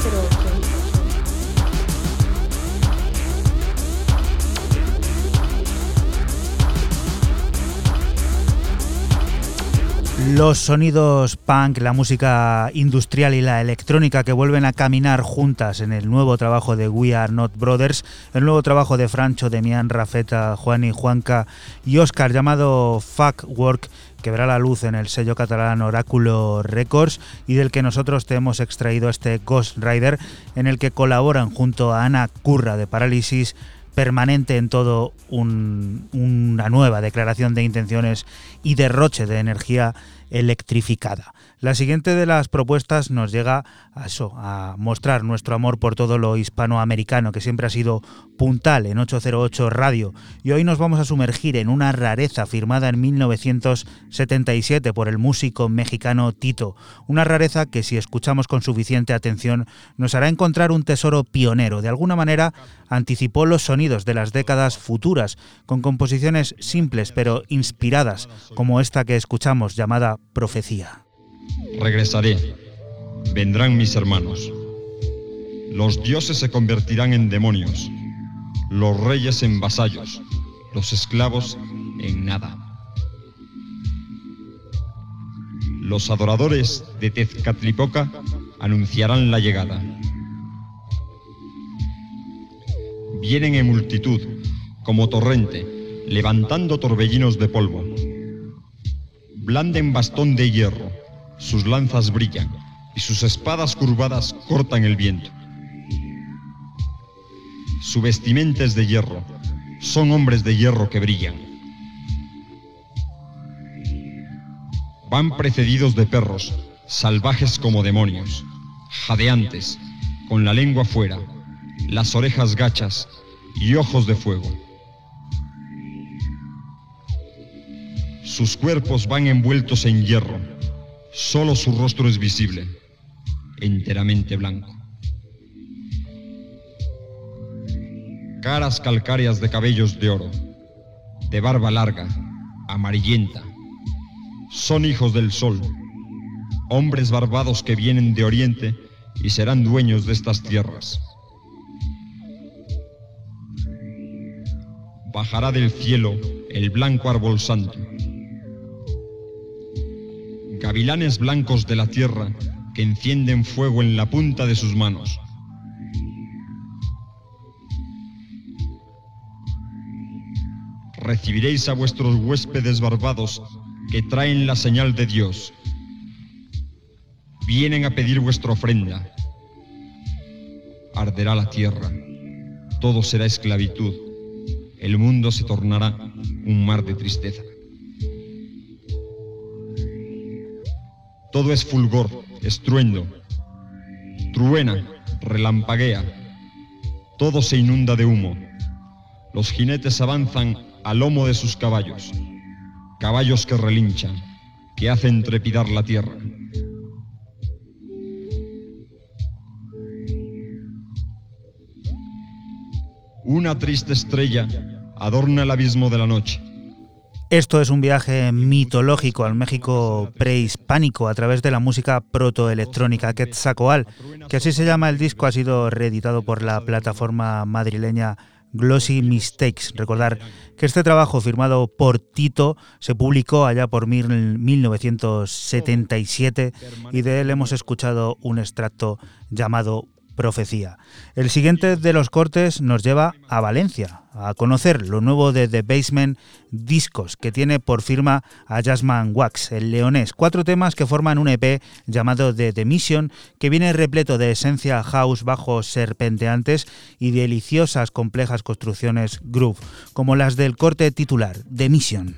Los sonidos punk, la música industrial y la electrónica que vuelven a caminar juntas en el nuevo trabajo de We Are Not Brothers, el nuevo trabajo de Francho, Demián, Rafeta, Juani, Juanca y Óscar, llamado Fuck Work, que verá la luz en el sello catalán Oráculo Records y del que nosotros te hemos extraído este Ghost Rider, en el que colaboran junto a Ana Curra de Parálisis Permanente en todo una nueva declaración de intenciones y derroche de energía electrificada. La siguiente de las propuestas nos llega a mostrar nuestro amor por todo lo hispanoamericano, que siempre ha sido puntal en 808 Radio, y hoy nos vamos a sumergir en una rareza firmada en 1977 por el músico mexicano Tito, una rareza que, si escuchamos con suficiente atención, nos hará encontrar un tesoro pionero. De alguna manera anticipó los sonidos de las décadas futuras, con composiciones simples pero inspiradas, como esta que escuchamos, llamada Profecía. Regresaré, vendrán mis hermanos. Los dioses se convertirán en demonios, los reyes en vasallos, los esclavos en nada. Los adoradores de Tezcatlipoca anunciarán la llegada. Vienen en multitud, como torrente, levantando torbellinos de polvo. Blanden bastón de hierro, sus lanzas brillan, y sus espadas curvadas cortan el viento. Su vestimenta es de hierro, son hombres de hierro que brillan. Van precedidos de perros, salvajes como demonios, jadeantes, con la lengua fuera, las orejas gachas y ojos de fuego. Sus cuerpos van envueltos en hierro, solo su rostro es visible, enteramente blanco. Caras calcáreas de cabellos de oro, de barba larga, amarillenta. Son hijos del sol, hombres barbados que vienen de Oriente y serán dueños de estas tierras. Bajará del cielo el blanco árbol santo. Gavilanes blancos de la tierra que encienden fuego en la punta de sus manos. Recibiréis a vuestros huéspedes barbados que traen la señal de Dios. Vienen a pedir vuestra ofrenda. Arderá la tierra, todo será esclavitud, el mundo se tornará un mar de tristeza. Todo es fulgor, estruendo, truena, relampaguea, todo se inunda de humo. Los jinetes avanzan al lomo de sus caballos, caballos que relinchan, que hacen trepidar la tierra. Una triste estrella adorna el abismo de la noche. Esto es un viaje mitológico al México prehispánico a través de la música protoelectrónica. Quetzalcóatl, que así se llama el disco, ha sido reeditado por la plataforma madrileña Glossy Mistakes. Recordar que este trabajo, firmado por Tito, se publicó allá por 1977 y de él hemos escuchado un extracto llamado Profecía. El siguiente de los cortes nos lleva a Valencia, a conocer lo nuevo de The Basement Discos, que tiene por firma a Jazzman Wax, el leonés. 4 temas que forman un EP llamado The Mission, que viene repleto de esencia house, bajos serpenteantes y deliciosas complejas construcciones groove, como las del corte titular, The Mission.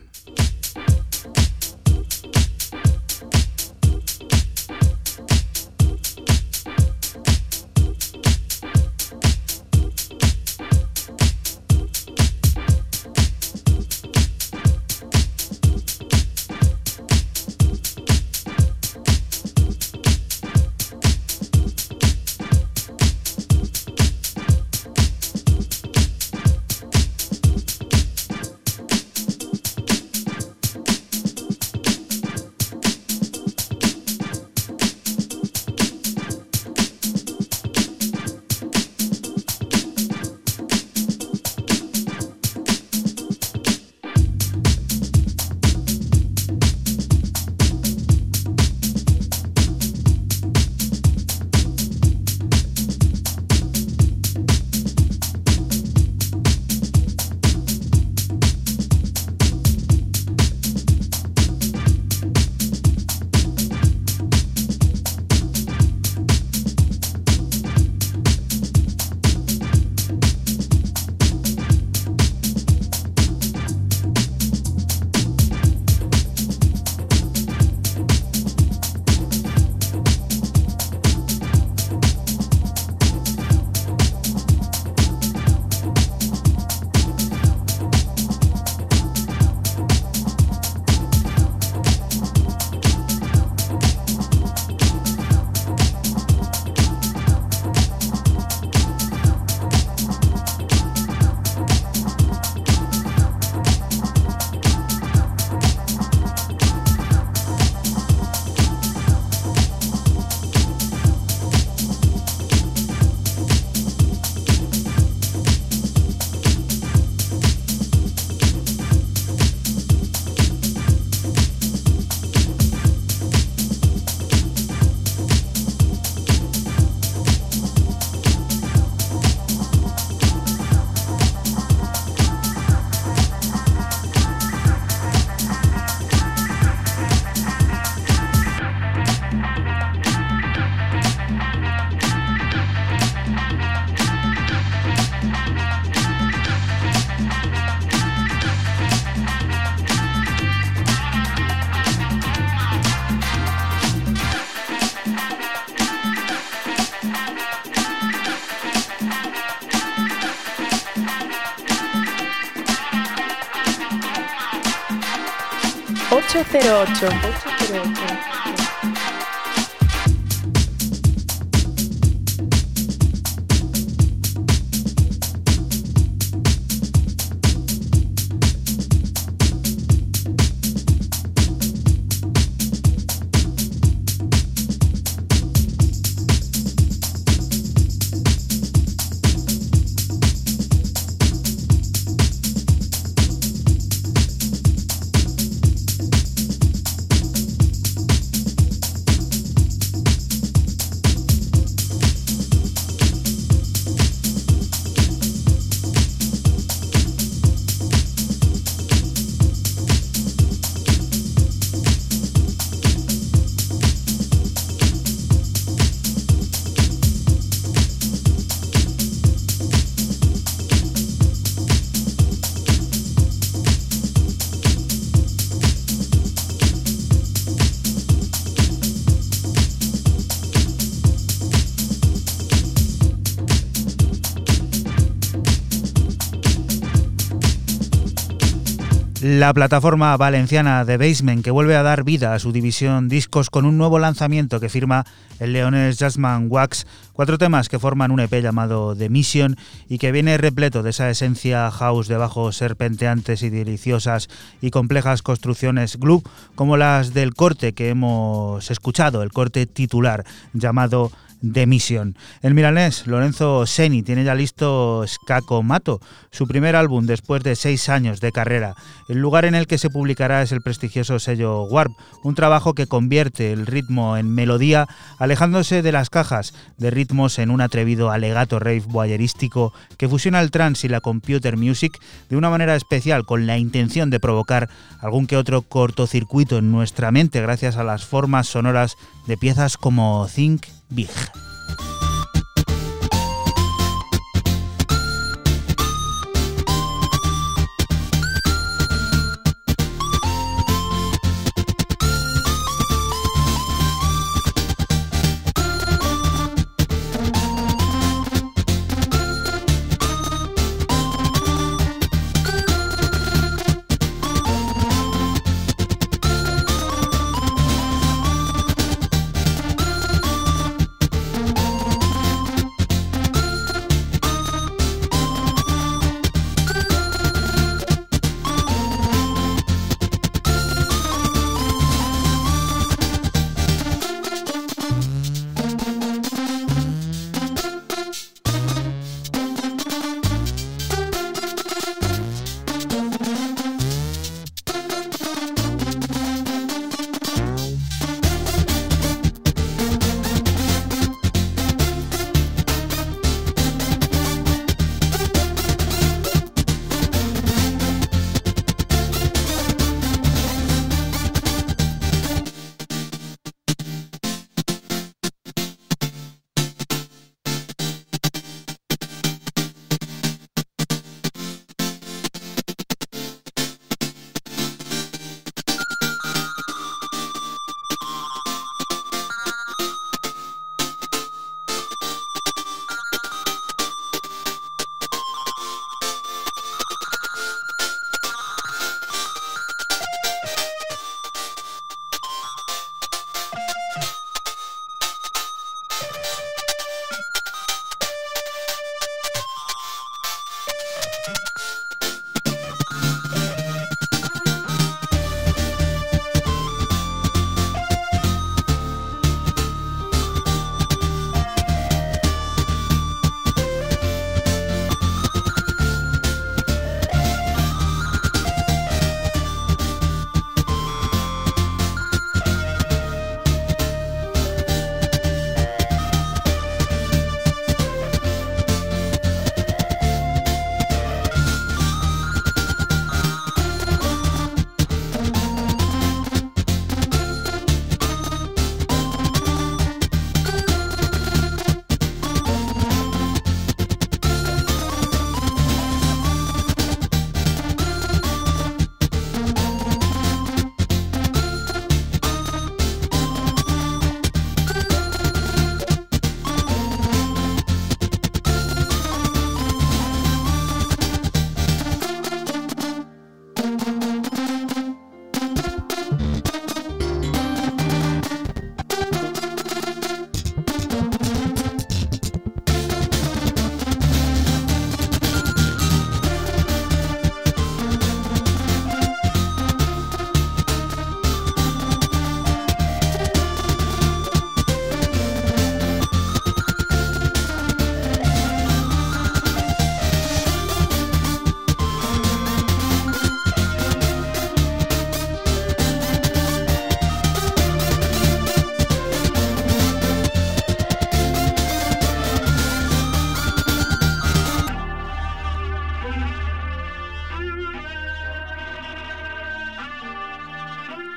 808. La plataforma valenciana The Basement, que vuelve a dar vida a su división discos con un nuevo lanzamiento que firma el leonés Jazzman Wax, 4 temas que forman un EP llamado The Mission y que viene repleto de esa esencia house de bajos serpenteantes y deliciosas y complejas construcciones groove, como las del corte que hemos escuchado, el corte titular llamado The Mission. El milanés Lorenzo Seni tiene ya listo Skako Mato, su primer álbum después de 6 años de carrera. El lugar en el que se publicará es el prestigioso sello Warp, un trabajo que convierte el ritmo en melodía, alejándose de las cajas de ritmos en un atrevido alegato rave voyerístico que fusiona el trance y la computer music de una manera especial, con la intención de provocar algún que otro cortocircuito en nuestra mente gracias a las formas sonoras de piezas como Think Big.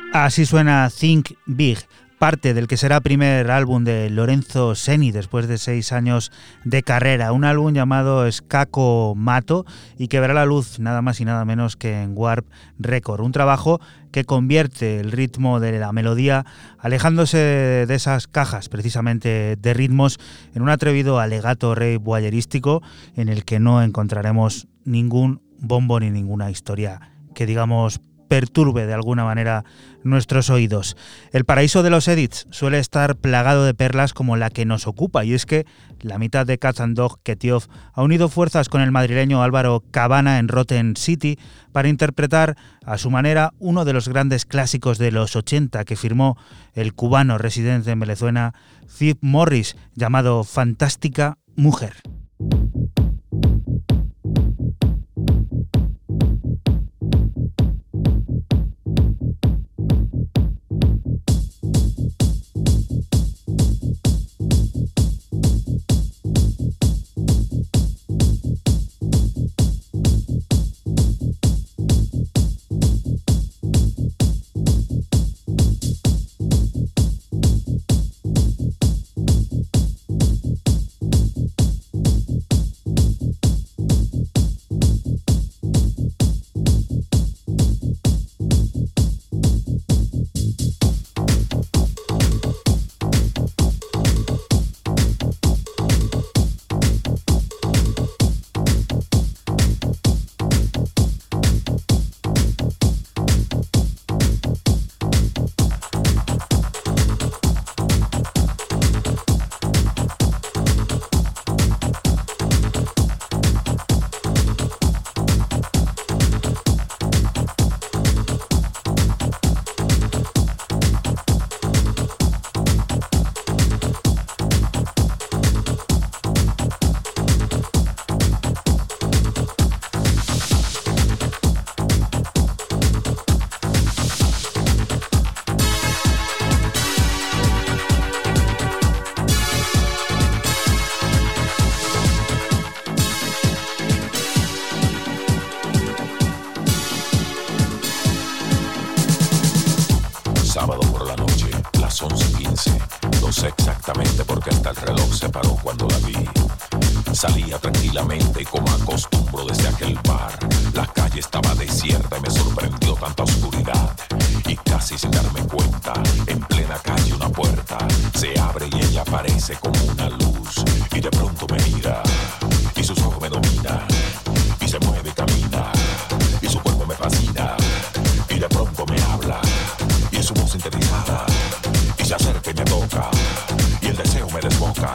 Así suena Think Big, parte del que será primer álbum de Lorenzo Seni después de 6 años de carrera, un álbum llamado Skako Mato y que verá la luz nada más y nada menos que en Warp Record, un trabajo que convierte el ritmo de la melodía, alejándose de esas cajas precisamente de ritmos, en un atrevido alegato rave voyerístico en el que no encontraremos ningún bombo ni ninguna historia que digamos perturbe de alguna manera nuestros oídos. El paraíso de los edits suele estar plagado de perlas como la que nos ocupa, y es que la mitad de Cats and Dog, Ketiof, ha unido fuerzas con el madrileño Álvaro Cabana en Rotten City para interpretar a su manera uno de los grandes clásicos de los 80 que firmó el cubano residente en Venezuela, Philip Morris, llamado Fantástica Mujer. Sábado por la noche, las 11:15. No sé exactamente por qué hasta el reloj se paró cuando la vi. Salía tranquilamente como acostumbro desde aquel bar. La calle estaba desierta y me sorprendió tanta oscuridad. Y casi sin darme cuenta, en plena calle una puerta se abre y ella aparece como una luz. Y de pronto me mira, y sus ojos me dominan, y se mueve y camina, y su cuerpo me fascina. Y de pronto me habla, y es su voz sintetizada, y se acerca y me toca, y el deseo me desboca.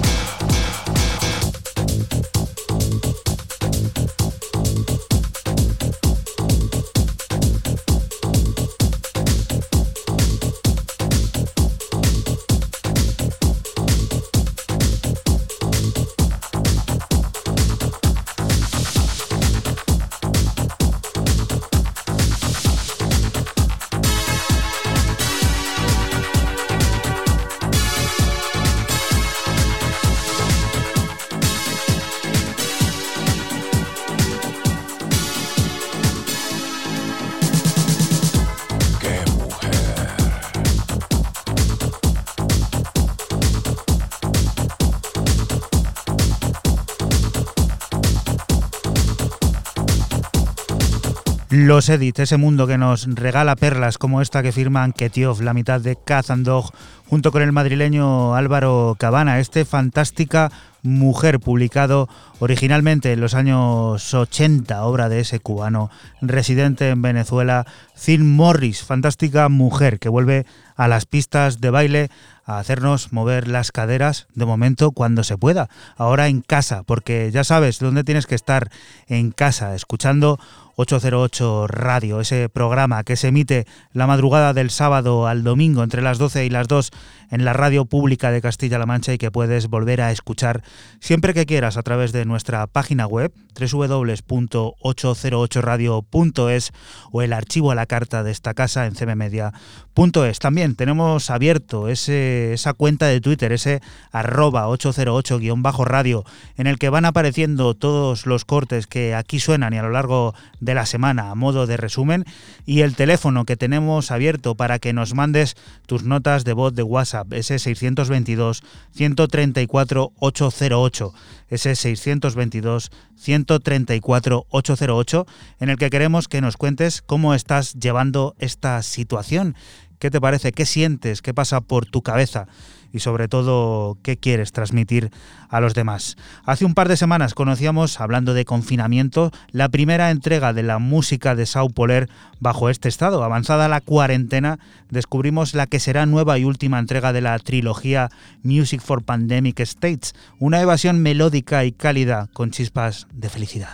Los edits, ese mundo que nos regala perlas como esta que firman Ketiof, la mitad de Cats and Dog, junto con el madrileño Álvaro Cabana, este Fantástica Mujer, publicado originalmente en los años 80, obra de ese cubano residente en Venezuela, Philip Morris. Fantástica Mujer, que vuelve a las pistas de baile a hacernos mover las caderas, de momento cuando se pueda, ahora en casa, porque ya sabes dónde tienes que estar, en casa, escuchando 808 Radio, ese programa que se emite la madrugada del sábado al domingo entre las 12 y las 2 en la radio pública de Castilla-La Mancha y que puedes volver a escuchar siempre que quieras a través de nuestra página web www.808radio.es o el archivo a la carta de esta casa en cmmedia.es. También tenemos abierto esa cuenta de Twitter, ese @808_radio, en el que van apareciendo todos los cortes que aquí suenan y a lo largo de la semana a modo de resumen, y el teléfono que tenemos abierto para que nos mandes tus notas de voz de WhatsApp, ese 622-134-808, ese 622-134-808, en el que queremos que nos cuentes cómo estás llevando esta situación. ¿Qué te parece? ¿Qué sientes? ¿Qué pasa por tu cabeza? Y sobre todo, ¿qué quieres transmitir a los demás? Hace un par de semanas conocíamos, hablando de confinamiento, la primera entrega de la música de Sau Poler bajo este estado. Avanzada la cuarentena, descubrimos la que será nueva y última entrega de la trilogía Music for Pandemic States, una evasión melódica y cálida con chispas de felicidad.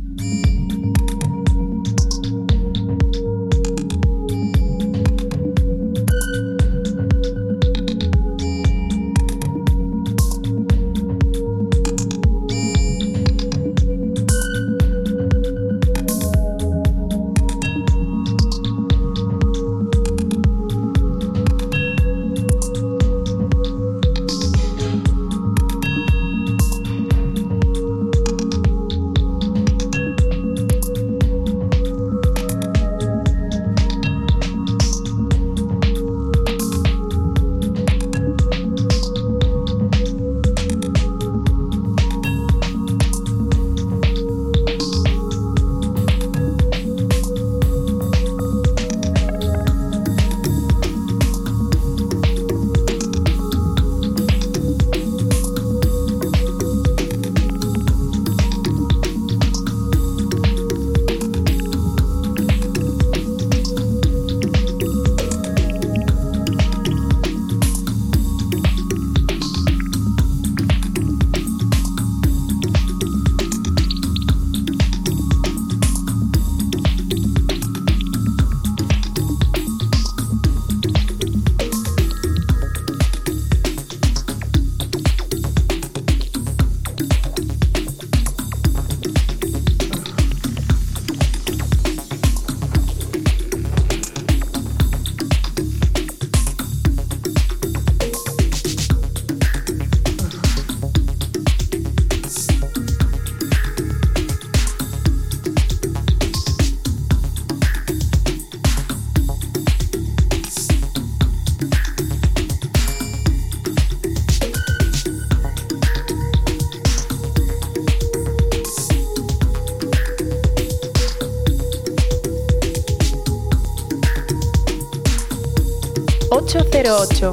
...808.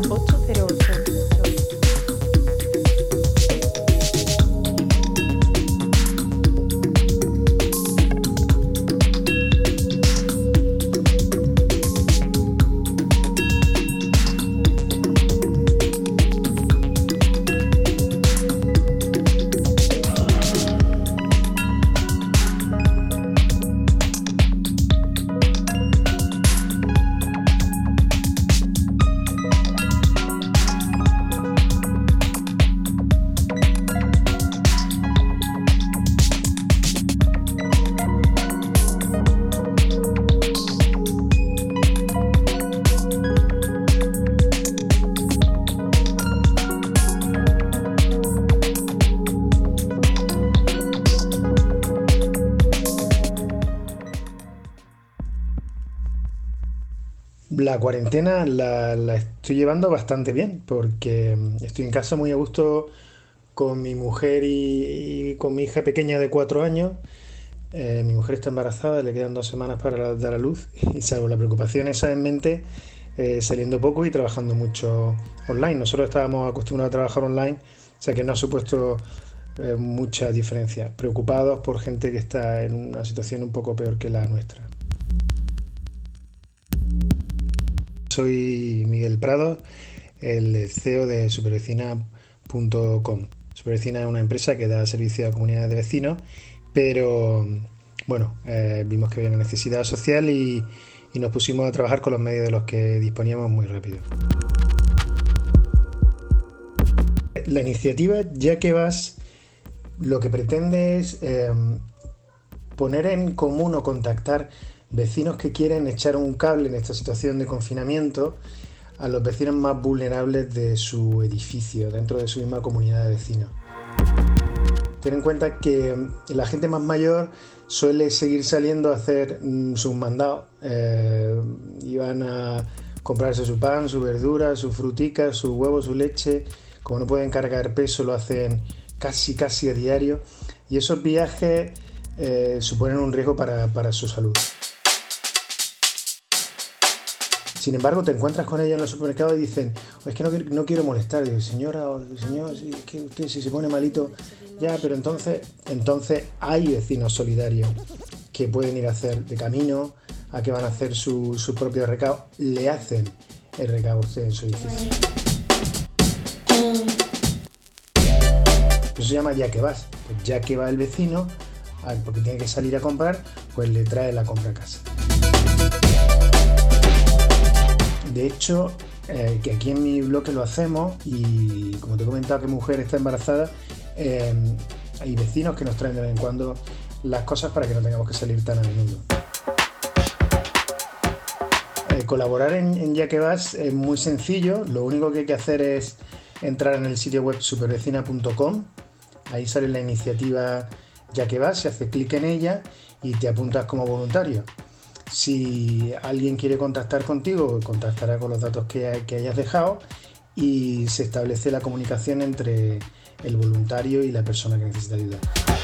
La cuarentena la estoy llevando bastante bien porque estoy en casa muy a gusto con mi mujer y con mi hija pequeña de 4 años. Mi mujer está embarazada, le quedan 2 semanas para dar a luz y salvo la preocupación esa en mente, saliendo poco y trabajando mucho online. Nosotros estábamos acostumbrados a trabajar online, o sea que no ha supuesto mucha diferencia. Preocupados por gente que está en una situación un poco peor que la nuestra. Soy Miguel Prado, el CEO de Supervecina.com. Supervecina es una empresa que da servicio a comunidades de vecinos, pero bueno, vimos que había una necesidad social y nos pusimos a trabajar con los medios de los que disponíamos muy rápido. la iniciativa Ya que vas lo que pretende es poner en común o contactar vecinos que quieren echar un cable en esta situación de confinamiento a los vecinos más vulnerables de su edificio, dentro de su misma comunidad de vecinos. Ten en cuenta que la gente más mayor suele seguir saliendo a hacer sus mandados y van a comprarse su pan, su verdura, sus fruticas, sus huevos, su leche. Como no pueden cargar peso, lo hacen casi a diario, y esos viajes suponen un riesgo para su salud. Sin embargo, te encuentras con ellos en los supermercados y dicen: es que no quiero molestar. Y digo: señora o señor, es que usted si se pone malito, ya, pero entonces hay vecinos solidarios que pueden ir a hacer de camino a que van a hacer su propio recado. Le hacen el recado a usted en su edificio. Eso se llama Ya que vas. Pues ya que va el vecino, porque tiene que salir a comprar, pues le trae la compra a casa. De hecho, que aquí en mi bloque lo hacemos, y como te he comentado que mi mujer está embarazada, hay vecinos que nos traen de vez en cuando las cosas para que no tengamos que salir tan a menudo. Colaborar en Ya que vas es muy sencillo. Lo único que hay que hacer es entrar en el sitio web supervecina.com. Ahí sale la iniciativa Ya que vas, se hace clic en ella y te apuntas como voluntario. Si alguien quiere contactar contigo, contactará con los datos que hayas dejado y se establece la comunicación entre el voluntario y la persona que necesita ayuda.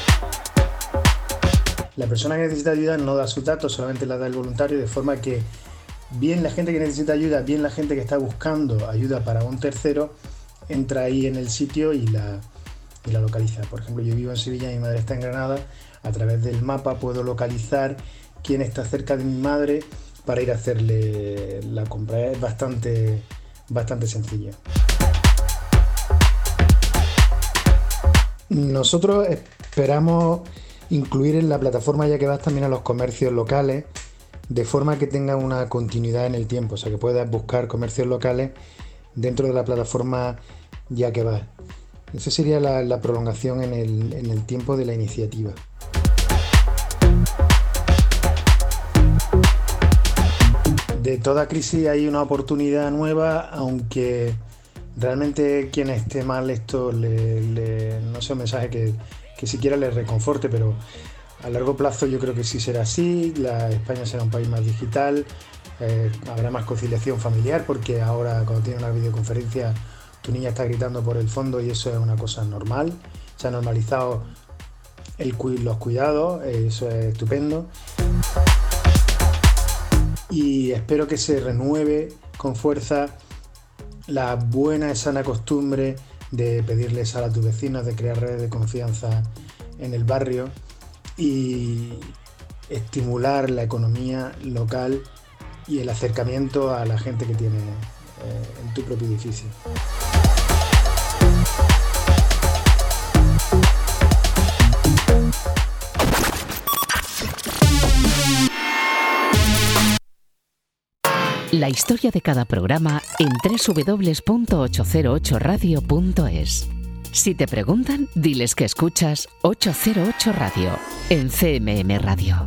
La persona que necesita ayuda no da sus datos, solamente la da el voluntario, de forma que bien la gente que necesita ayuda, bien la gente que está buscando ayuda para un tercero, entra ahí en el sitio y la localiza. Por ejemplo, yo vivo en Sevilla y mi madre está en Granada. A través del mapa puedo localizar quién está cerca de mi madre para ir a hacerle la compra. Es bastante sencillo. Nosotros esperamos incluir en la plataforma Ya que vas también a los comercios locales, de forma que tenga una continuidad en el tiempo, o sea que puedas buscar comercios locales dentro de la plataforma Ya que vas. Esa sería la prolongación en el tiempo de la iniciativa. De toda crisis hay una oportunidad nueva, aunque realmente quien esté mal esto no sea un mensaje que siquiera le reconforte, pero a largo plazo yo creo que sí será así. España será un país más digital, habrá más conciliación familiar, porque ahora cuando tienes una videoconferencia tu niña está gritando por el fondo y eso es una cosa normal. Se ha normalizado los cuidados, eso es estupendo. Y espero que se renueve con fuerza la buena y sana costumbre de pedirle sal a tus vecinos, de crear redes de confianza en el barrio y estimular la economía local y el acercamiento a la gente que tiene en tu propio edificio. La historia de cada programa en www.808radio.es. Si te preguntan, diles que escuchas 808 Radio en CMM Radio.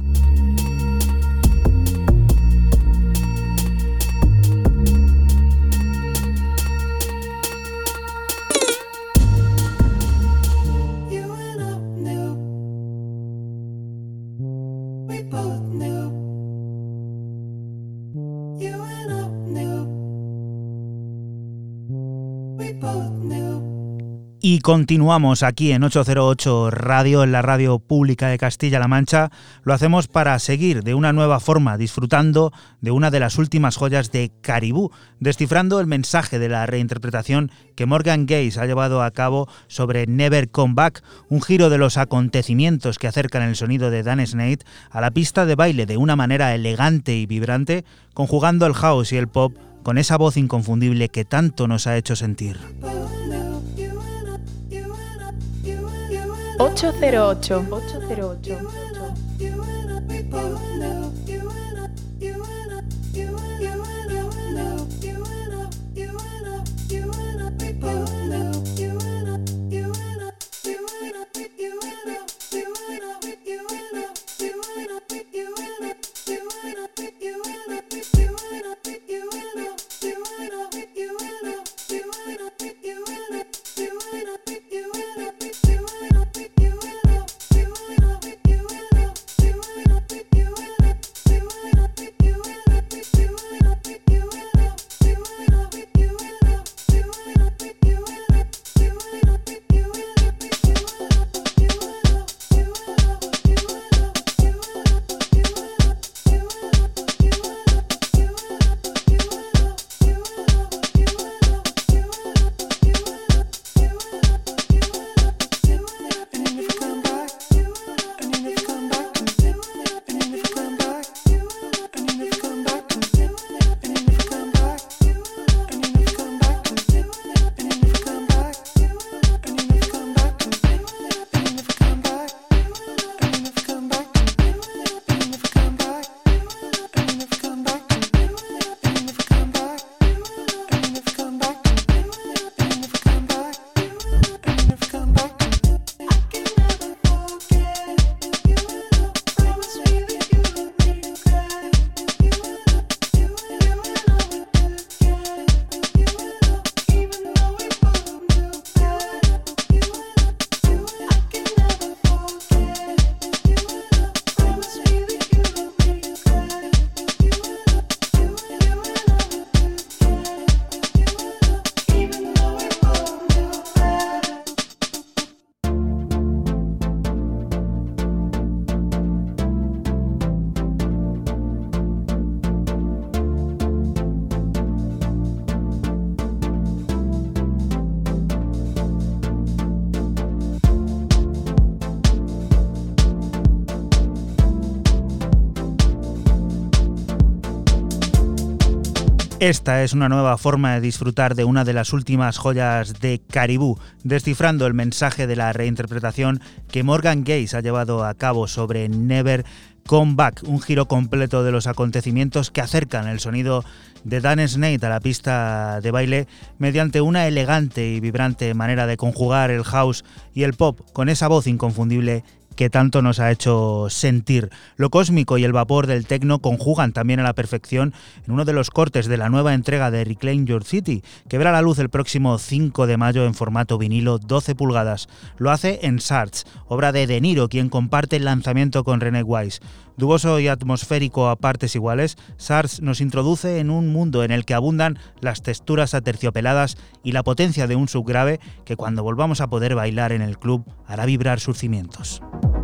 Y continuamos aquí en 808 Radio, en la radio pública de Castilla-La Mancha. Lo hacemos para seguir de una nueva forma, disfrutando de una de las últimas joyas de Caribou, descifrando el mensaje de la reinterpretación que Morgan Gaze ha llevado a cabo sobre Never Come Back, un giro de los acontecimientos que acercan el sonido de Dan Snaith a la pista de baile de una manera elegante y vibrante, conjugando el house y el pop con esa voz inconfundible que tanto nos ha hecho sentir. 808. Esta es una nueva forma de disfrutar de una de las últimas joyas de Caribou, descifrando el mensaje de la reinterpretación que Morgan Gaze ha llevado a cabo sobre Never Come Back, un giro completo de los acontecimientos que acercan el sonido de Dan Snade a la pista de baile mediante una elegante y vibrante manera de conjugar el house y el pop con esa voz inconfundible que tanto nos ha hecho sentir. Lo cósmico y el vapor del techno conjugan también a la perfección en uno de los cortes de la nueva entrega de Reclaim Your City, que verá la luz el próximo 5 de mayo en formato vinilo 12 pulgadas. Lo hace en Sarts, obra de De Niro, quien comparte el lanzamiento con René Wise. Duboso y atmosférico a partes iguales, Sarts nos introduce en un mundo en el que abundan las texturas aterciopeladas y la potencia de un subgrave que cuando volvamos a poder bailar en el club hará vibrar sus cimientos.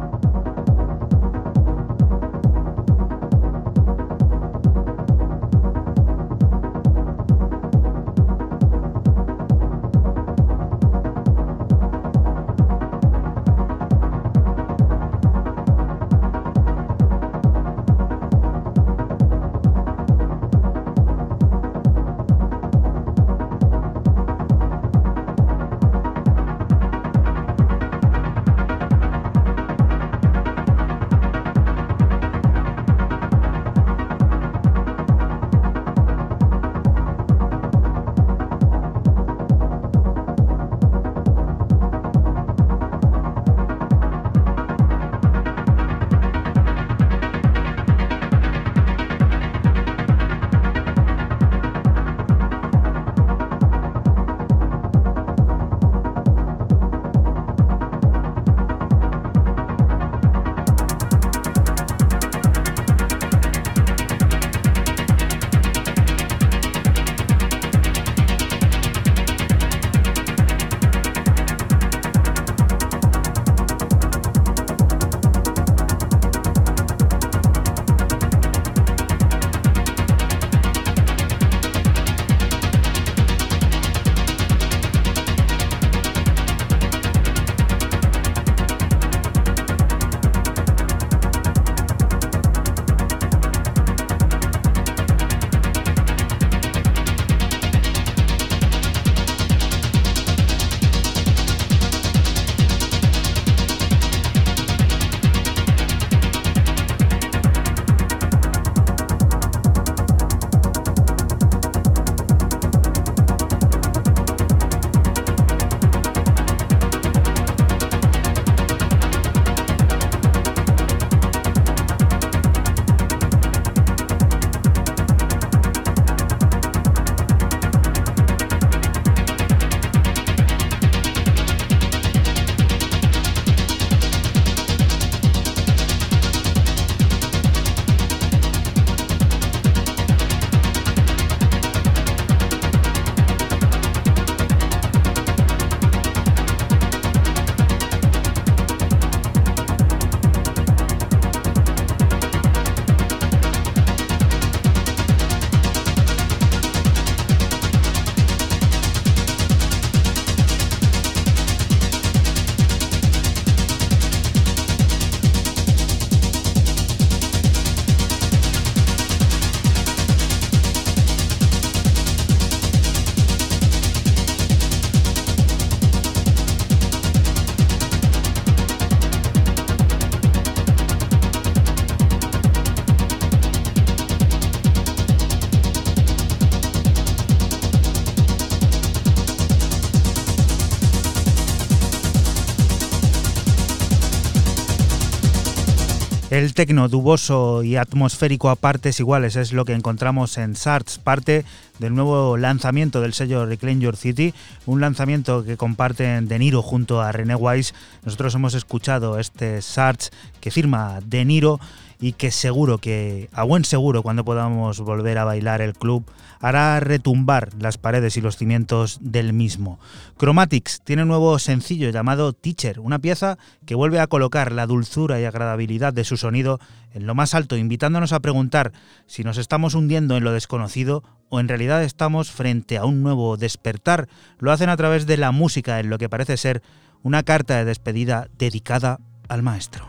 El tecno duboso y atmosférico a partes iguales es lo que encontramos en Sarts, parte del nuevo lanzamiento del sello Reclaim Your City, un lanzamiento que comparten De Niro junto a René Wise. Nosotros hemos escuchado este Sarts que firma De Niro y que seguro que, a buen seguro, cuando podamos volver a bailar el club, hará retumbar las paredes y los cimientos del mismo. Chromatics tiene un nuevo sencillo llamado Teacher, una pieza que vuelve a colocar la dulzura y agradabilidad de su sonido en lo más alto, invitándonos a preguntar si nos estamos hundiendo en lo desconocido o en realidad estamos frente a un nuevo despertar. Lo hacen a través de la música en lo que parece ser una carta de despedida dedicada al maestro.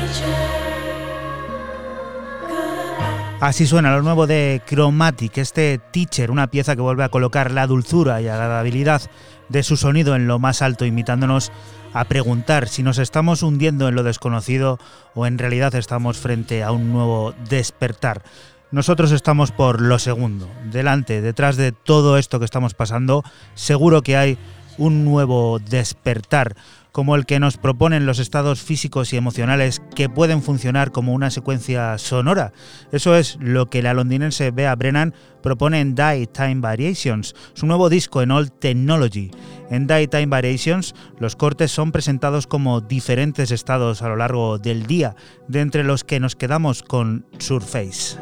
Así suena lo nuevo de Chromatic, este Teacher, una pieza que vuelve a colocar la dulzura y agradabilidad de su sonido en lo más alto, invitándonos a preguntar si nos estamos hundiendo en lo desconocido o en realidad estamos frente a un nuevo despertar. Nosotros estamos por lo segundo. Delante, detrás de todo esto que estamos pasando, seguro que hay un nuevo despertar, como el que nos proponen los estados físicos y emocionales que pueden funcionar como una secuencia sonora. Eso es lo que la londinense Bea Brennan propone en Daytime Variations, su nuevo disco en Old Technology. En Daytime Variations, los cortes son presentados como diferentes estados a lo largo del día, de entre los que nos quedamos con Surface.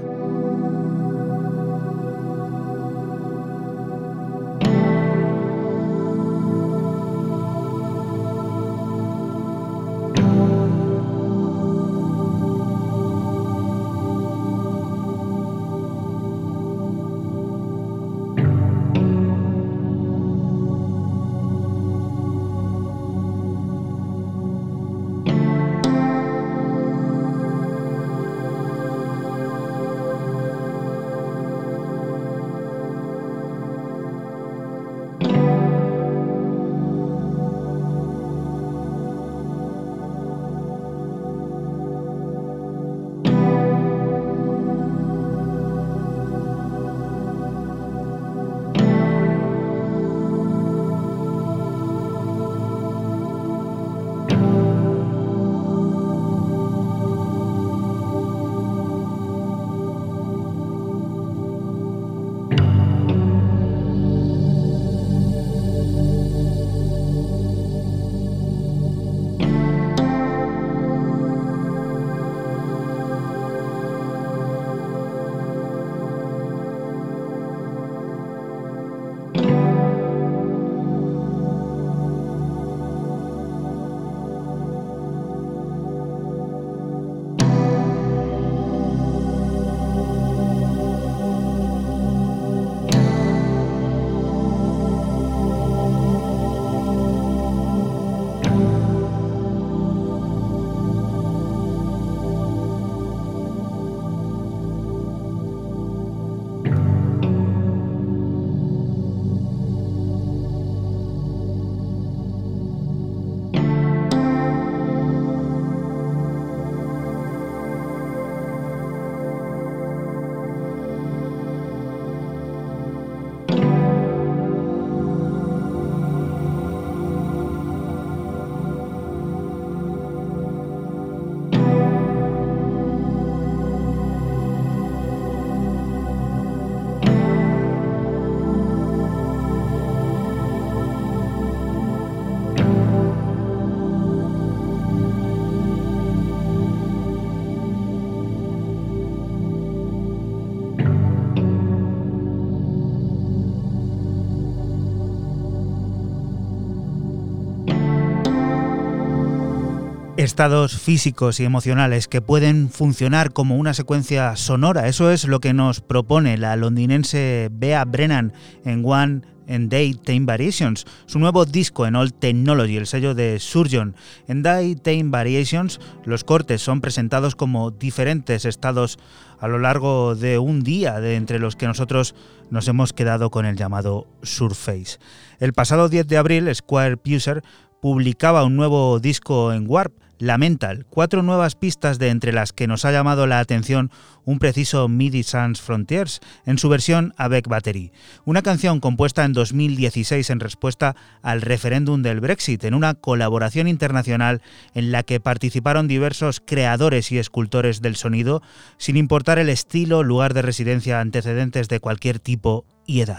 Estados físicos y emocionales que pueden funcionar como una secuencia sonora. Eso es lo que nos propone la londinense Bea Brennan en One and Daytime Variations, su nuevo disco en Old Technology, el sello de Surgeon. En Daytime Variations, los cortes son presentados como diferentes estados a lo largo de un día, de entre los que nosotros nos hemos quedado con el llamado Surface. El pasado 10 de abril, Square Puser publicaba un nuevo disco en Warp, Lamental, 4 nuevas pistas de entre las que nos ha llamado la atención un preciso MIDI Sans Frontiers en su versión avec batterie, una canción compuesta en 2016 en respuesta al referéndum del Brexit, en una colaboración internacional en la que participaron diversos creadores y escultores del sonido, sin importar el estilo, lugar de residencia, antecedentes de cualquier tipo y edad.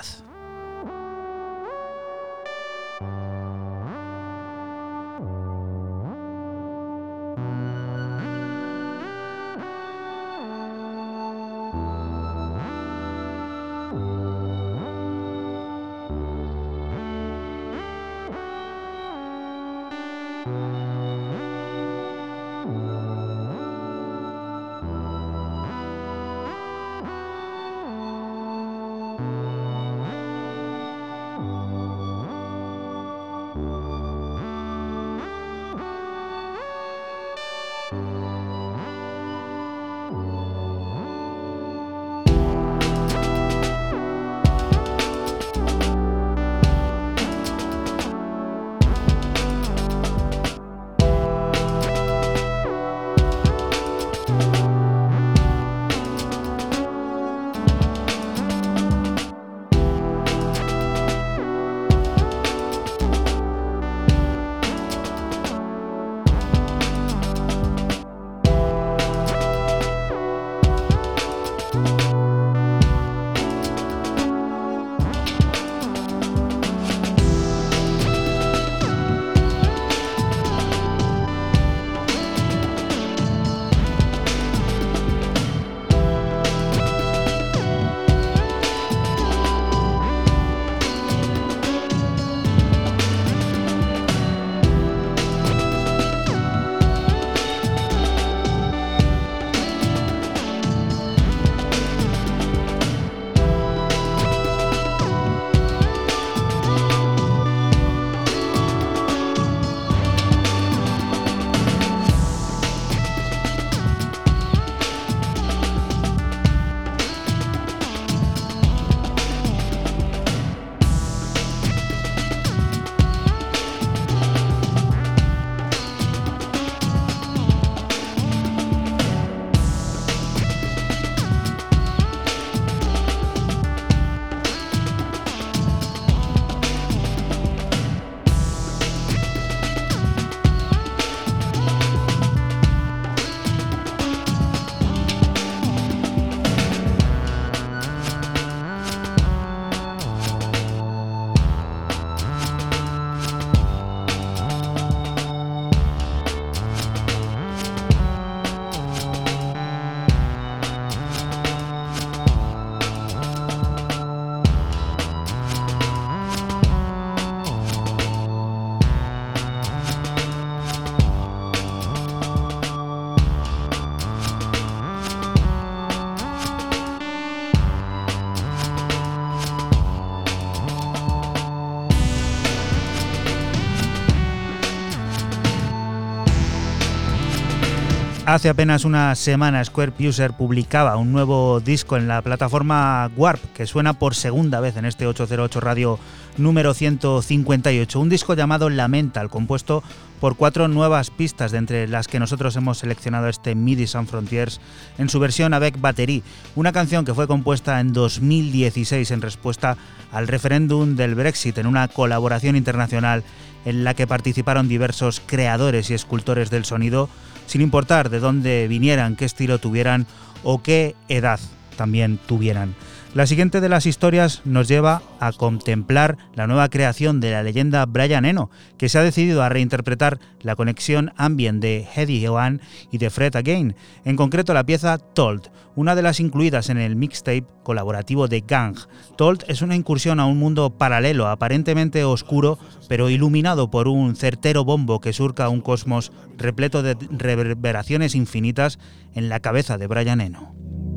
Hace apenas una semana Square User publicaba un nuevo disco en la plataforma Warp, que suena por segunda vez en este 808 Radio número 158. Un disco llamado Lamental, compuesto por 4 nuevas pistas, de entre las que nosotros hemos seleccionado este Midi Sans Frontiers en su versión avec batterie, una canción que fue compuesta en 2016 en respuesta al referéndum del Brexit, en una colaboración internacional en la que participaron diversos creadores y escultores del sonido, sin importar de dónde vinieran, qué estilo tuvieran o qué edad también tuvieran. La siguiente de las historias nos lleva a contemplar la nueva creación de la leyenda Brian Eno, que se ha decidido a reinterpretar la conexión ambient de Heady One y de Fred Again, en concreto la pieza Told, una de las incluidas en el mixtape colaborativo de Gang. Told es una incursión a un mundo paralelo, aparentemente oscuro, pero iluminado por un certero bombo que surca un cosmos repleto de reverberaciones infinitas en la cabeza de Brian Eno.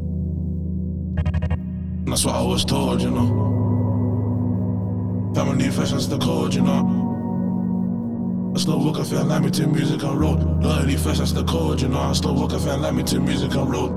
That's what I was told, you know. Family first, that's the code, you know. I still walk, I feel like me to music and road. Loyalty first, that's the code, you know. I still walk, I feel like me to music and road.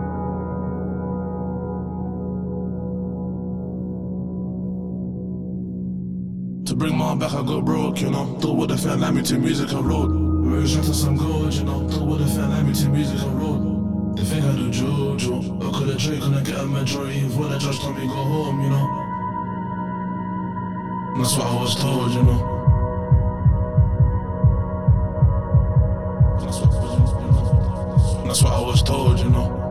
To bring my back, I got broke, you know. Thought what the fan like me to music and road. Very shot to some gold, you know. Thought what the fan like me to music and road. They think I do JoJo. I could've Drake, couldn't get a majority of what I just told me go home, you know. And that's what I was told, you know. That's what I was told, you know.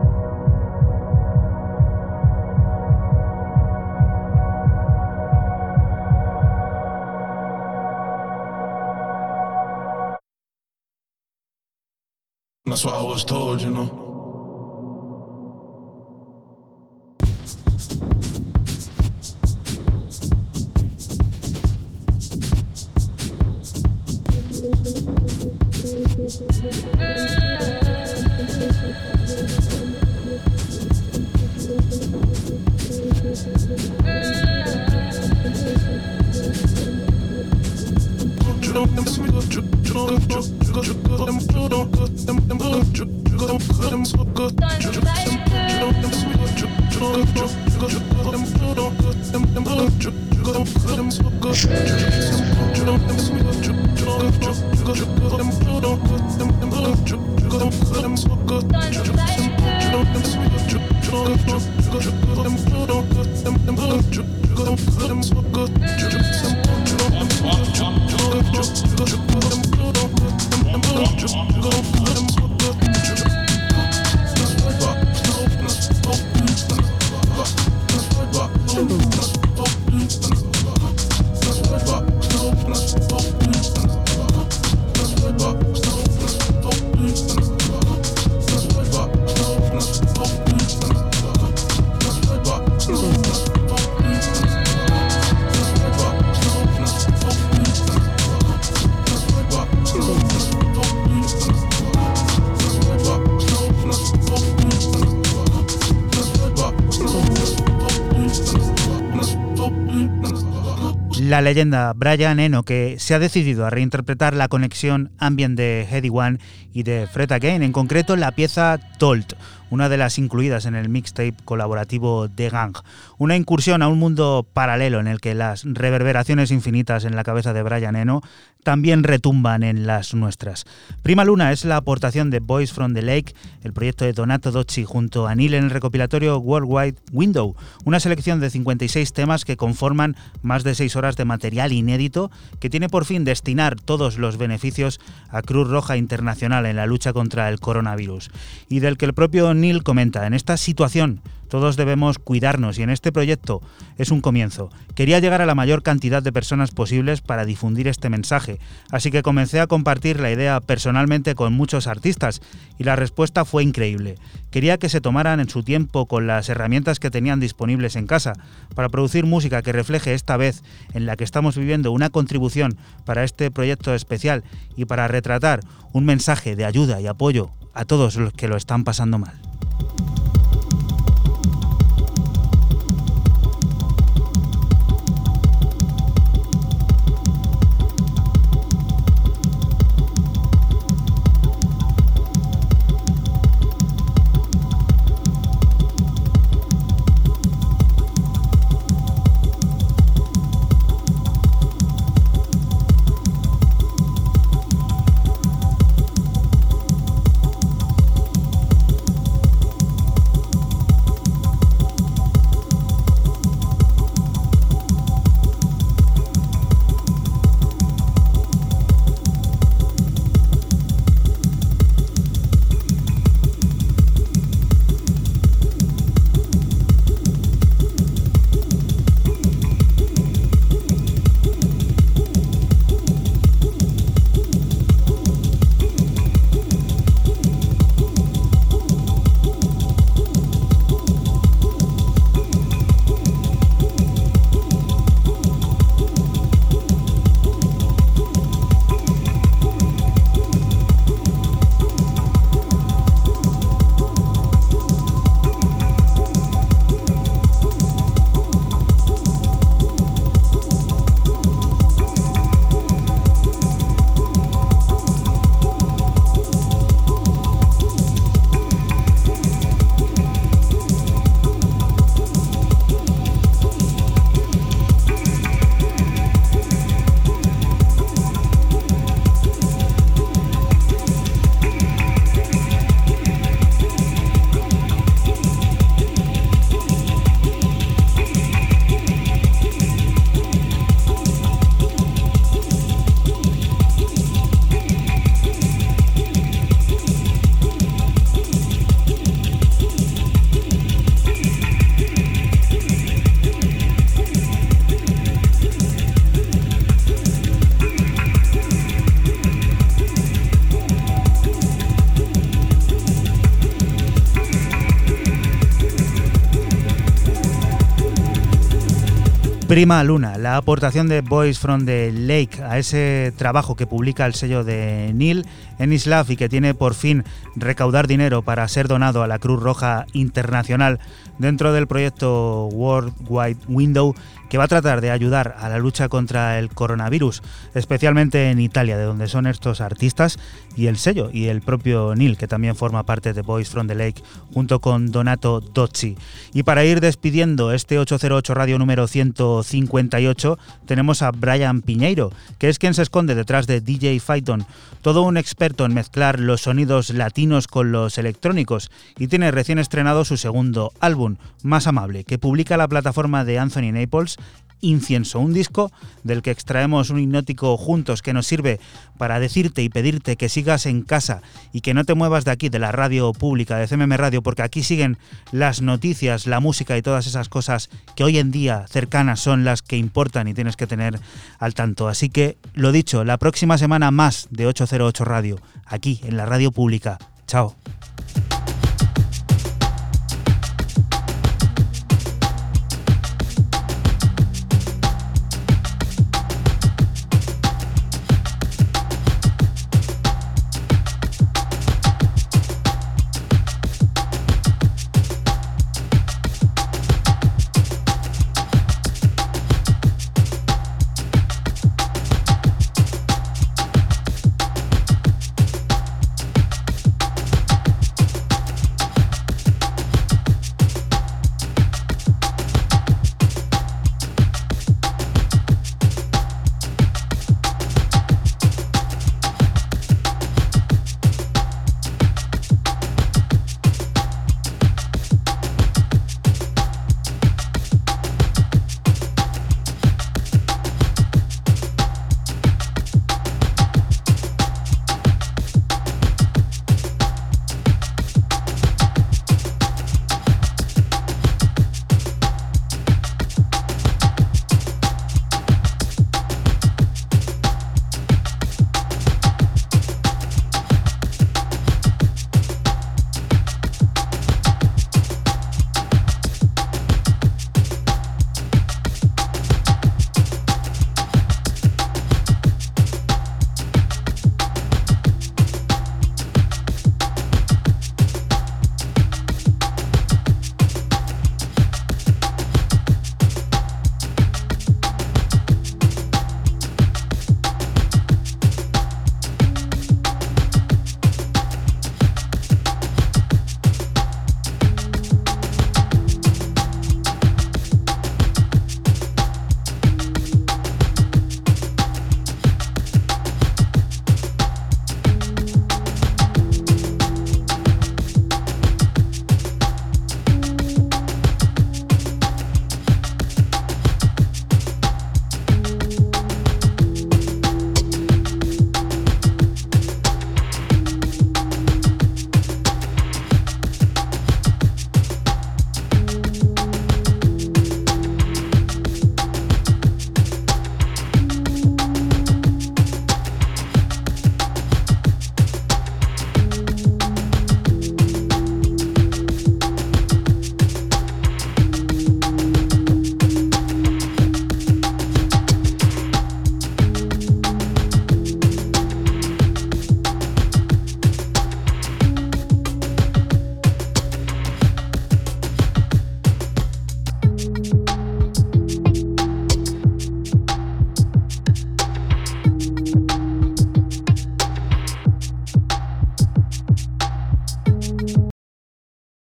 That's what I was told, you know. La leyenda Brian Eno, que se ha decidido a reinterpretar la conexión ambient de Heady One y de Fred Again, en concreto la pieza Told, una de las incluidas en el mixtape colaborativo de Gang. Una incursión a un mundo paralelo en el que las reverberaciones infinitas en la cabeza de Brian Eno también retumban en las nuestras. Prima Luna es la aportación de Boys from the Lake, el proyecto de Donato Docci junto a Neil en el recopilatorio Worldwide Window, una selección de 56 temas que conforman más de 6 horas de material inédito que tiene por fin destinar todos los beneficios a Cruz Roja Internacional en la lucha contra el coronavirus, y del que el propio Neil comenta: en esta situación todos debemos cuidarnos y en este proyecto es un comienzo. Quería llegar a la mayor cantidad de personas posibles para difundir este mensaje, así que comencé a compartir la idea personalmente con muchos artistas y la respuesta fue increíble. Quería que se tomaran en su tiempo con las herramientas que tenían disponibles en casa para producir música que refleje esta vez en la que estamos viviendo una contribución para este proyecto especial y para retratar un mensaje de ayuda y apoyo a todos los que lo están pasando mal. Prima Luna, la aportación de Boys from the Lake a ese trabajo que publica el sello de Neil Enislav y que tiene por fin recaudar dinero para ser donado a la Cruz Roja Internacional dentro del proyecto World Wide Window, que va a tratar de ayudar a la lucha contra el coronavirus, especialmente en Italia, de donde son estos artistas, y el sello y el propio Neil, que también forma parte de Boys from the Lake, junto con Donato Dozzi. Y para ir despidiendo este 808 Radio número 158, tenemos a Brian Piñeiro, que es quien se esconde detrás de DJ Phaeton, todo un experto en mezclar los sonidos latinos con los electrónicos, y tiene recién estrenado su segundo álbum, Más Amable, que publica la plataforma de Anthony Naples, Incienso, un disco del que extraemos un hipnótico juntos que nos sirve para decirte y pedirte que sigas en casa y que no te muevas de aquí, de la radio pública, de CMM Radio, porque aquí siguen las noticias, la música y todas esas cosas que hoy en día cercanas son las que importan y tienes que tener al tanto. Así que, lo dicho, la próxima semana más de 808 Radio, aquí en la radio pública. Chao.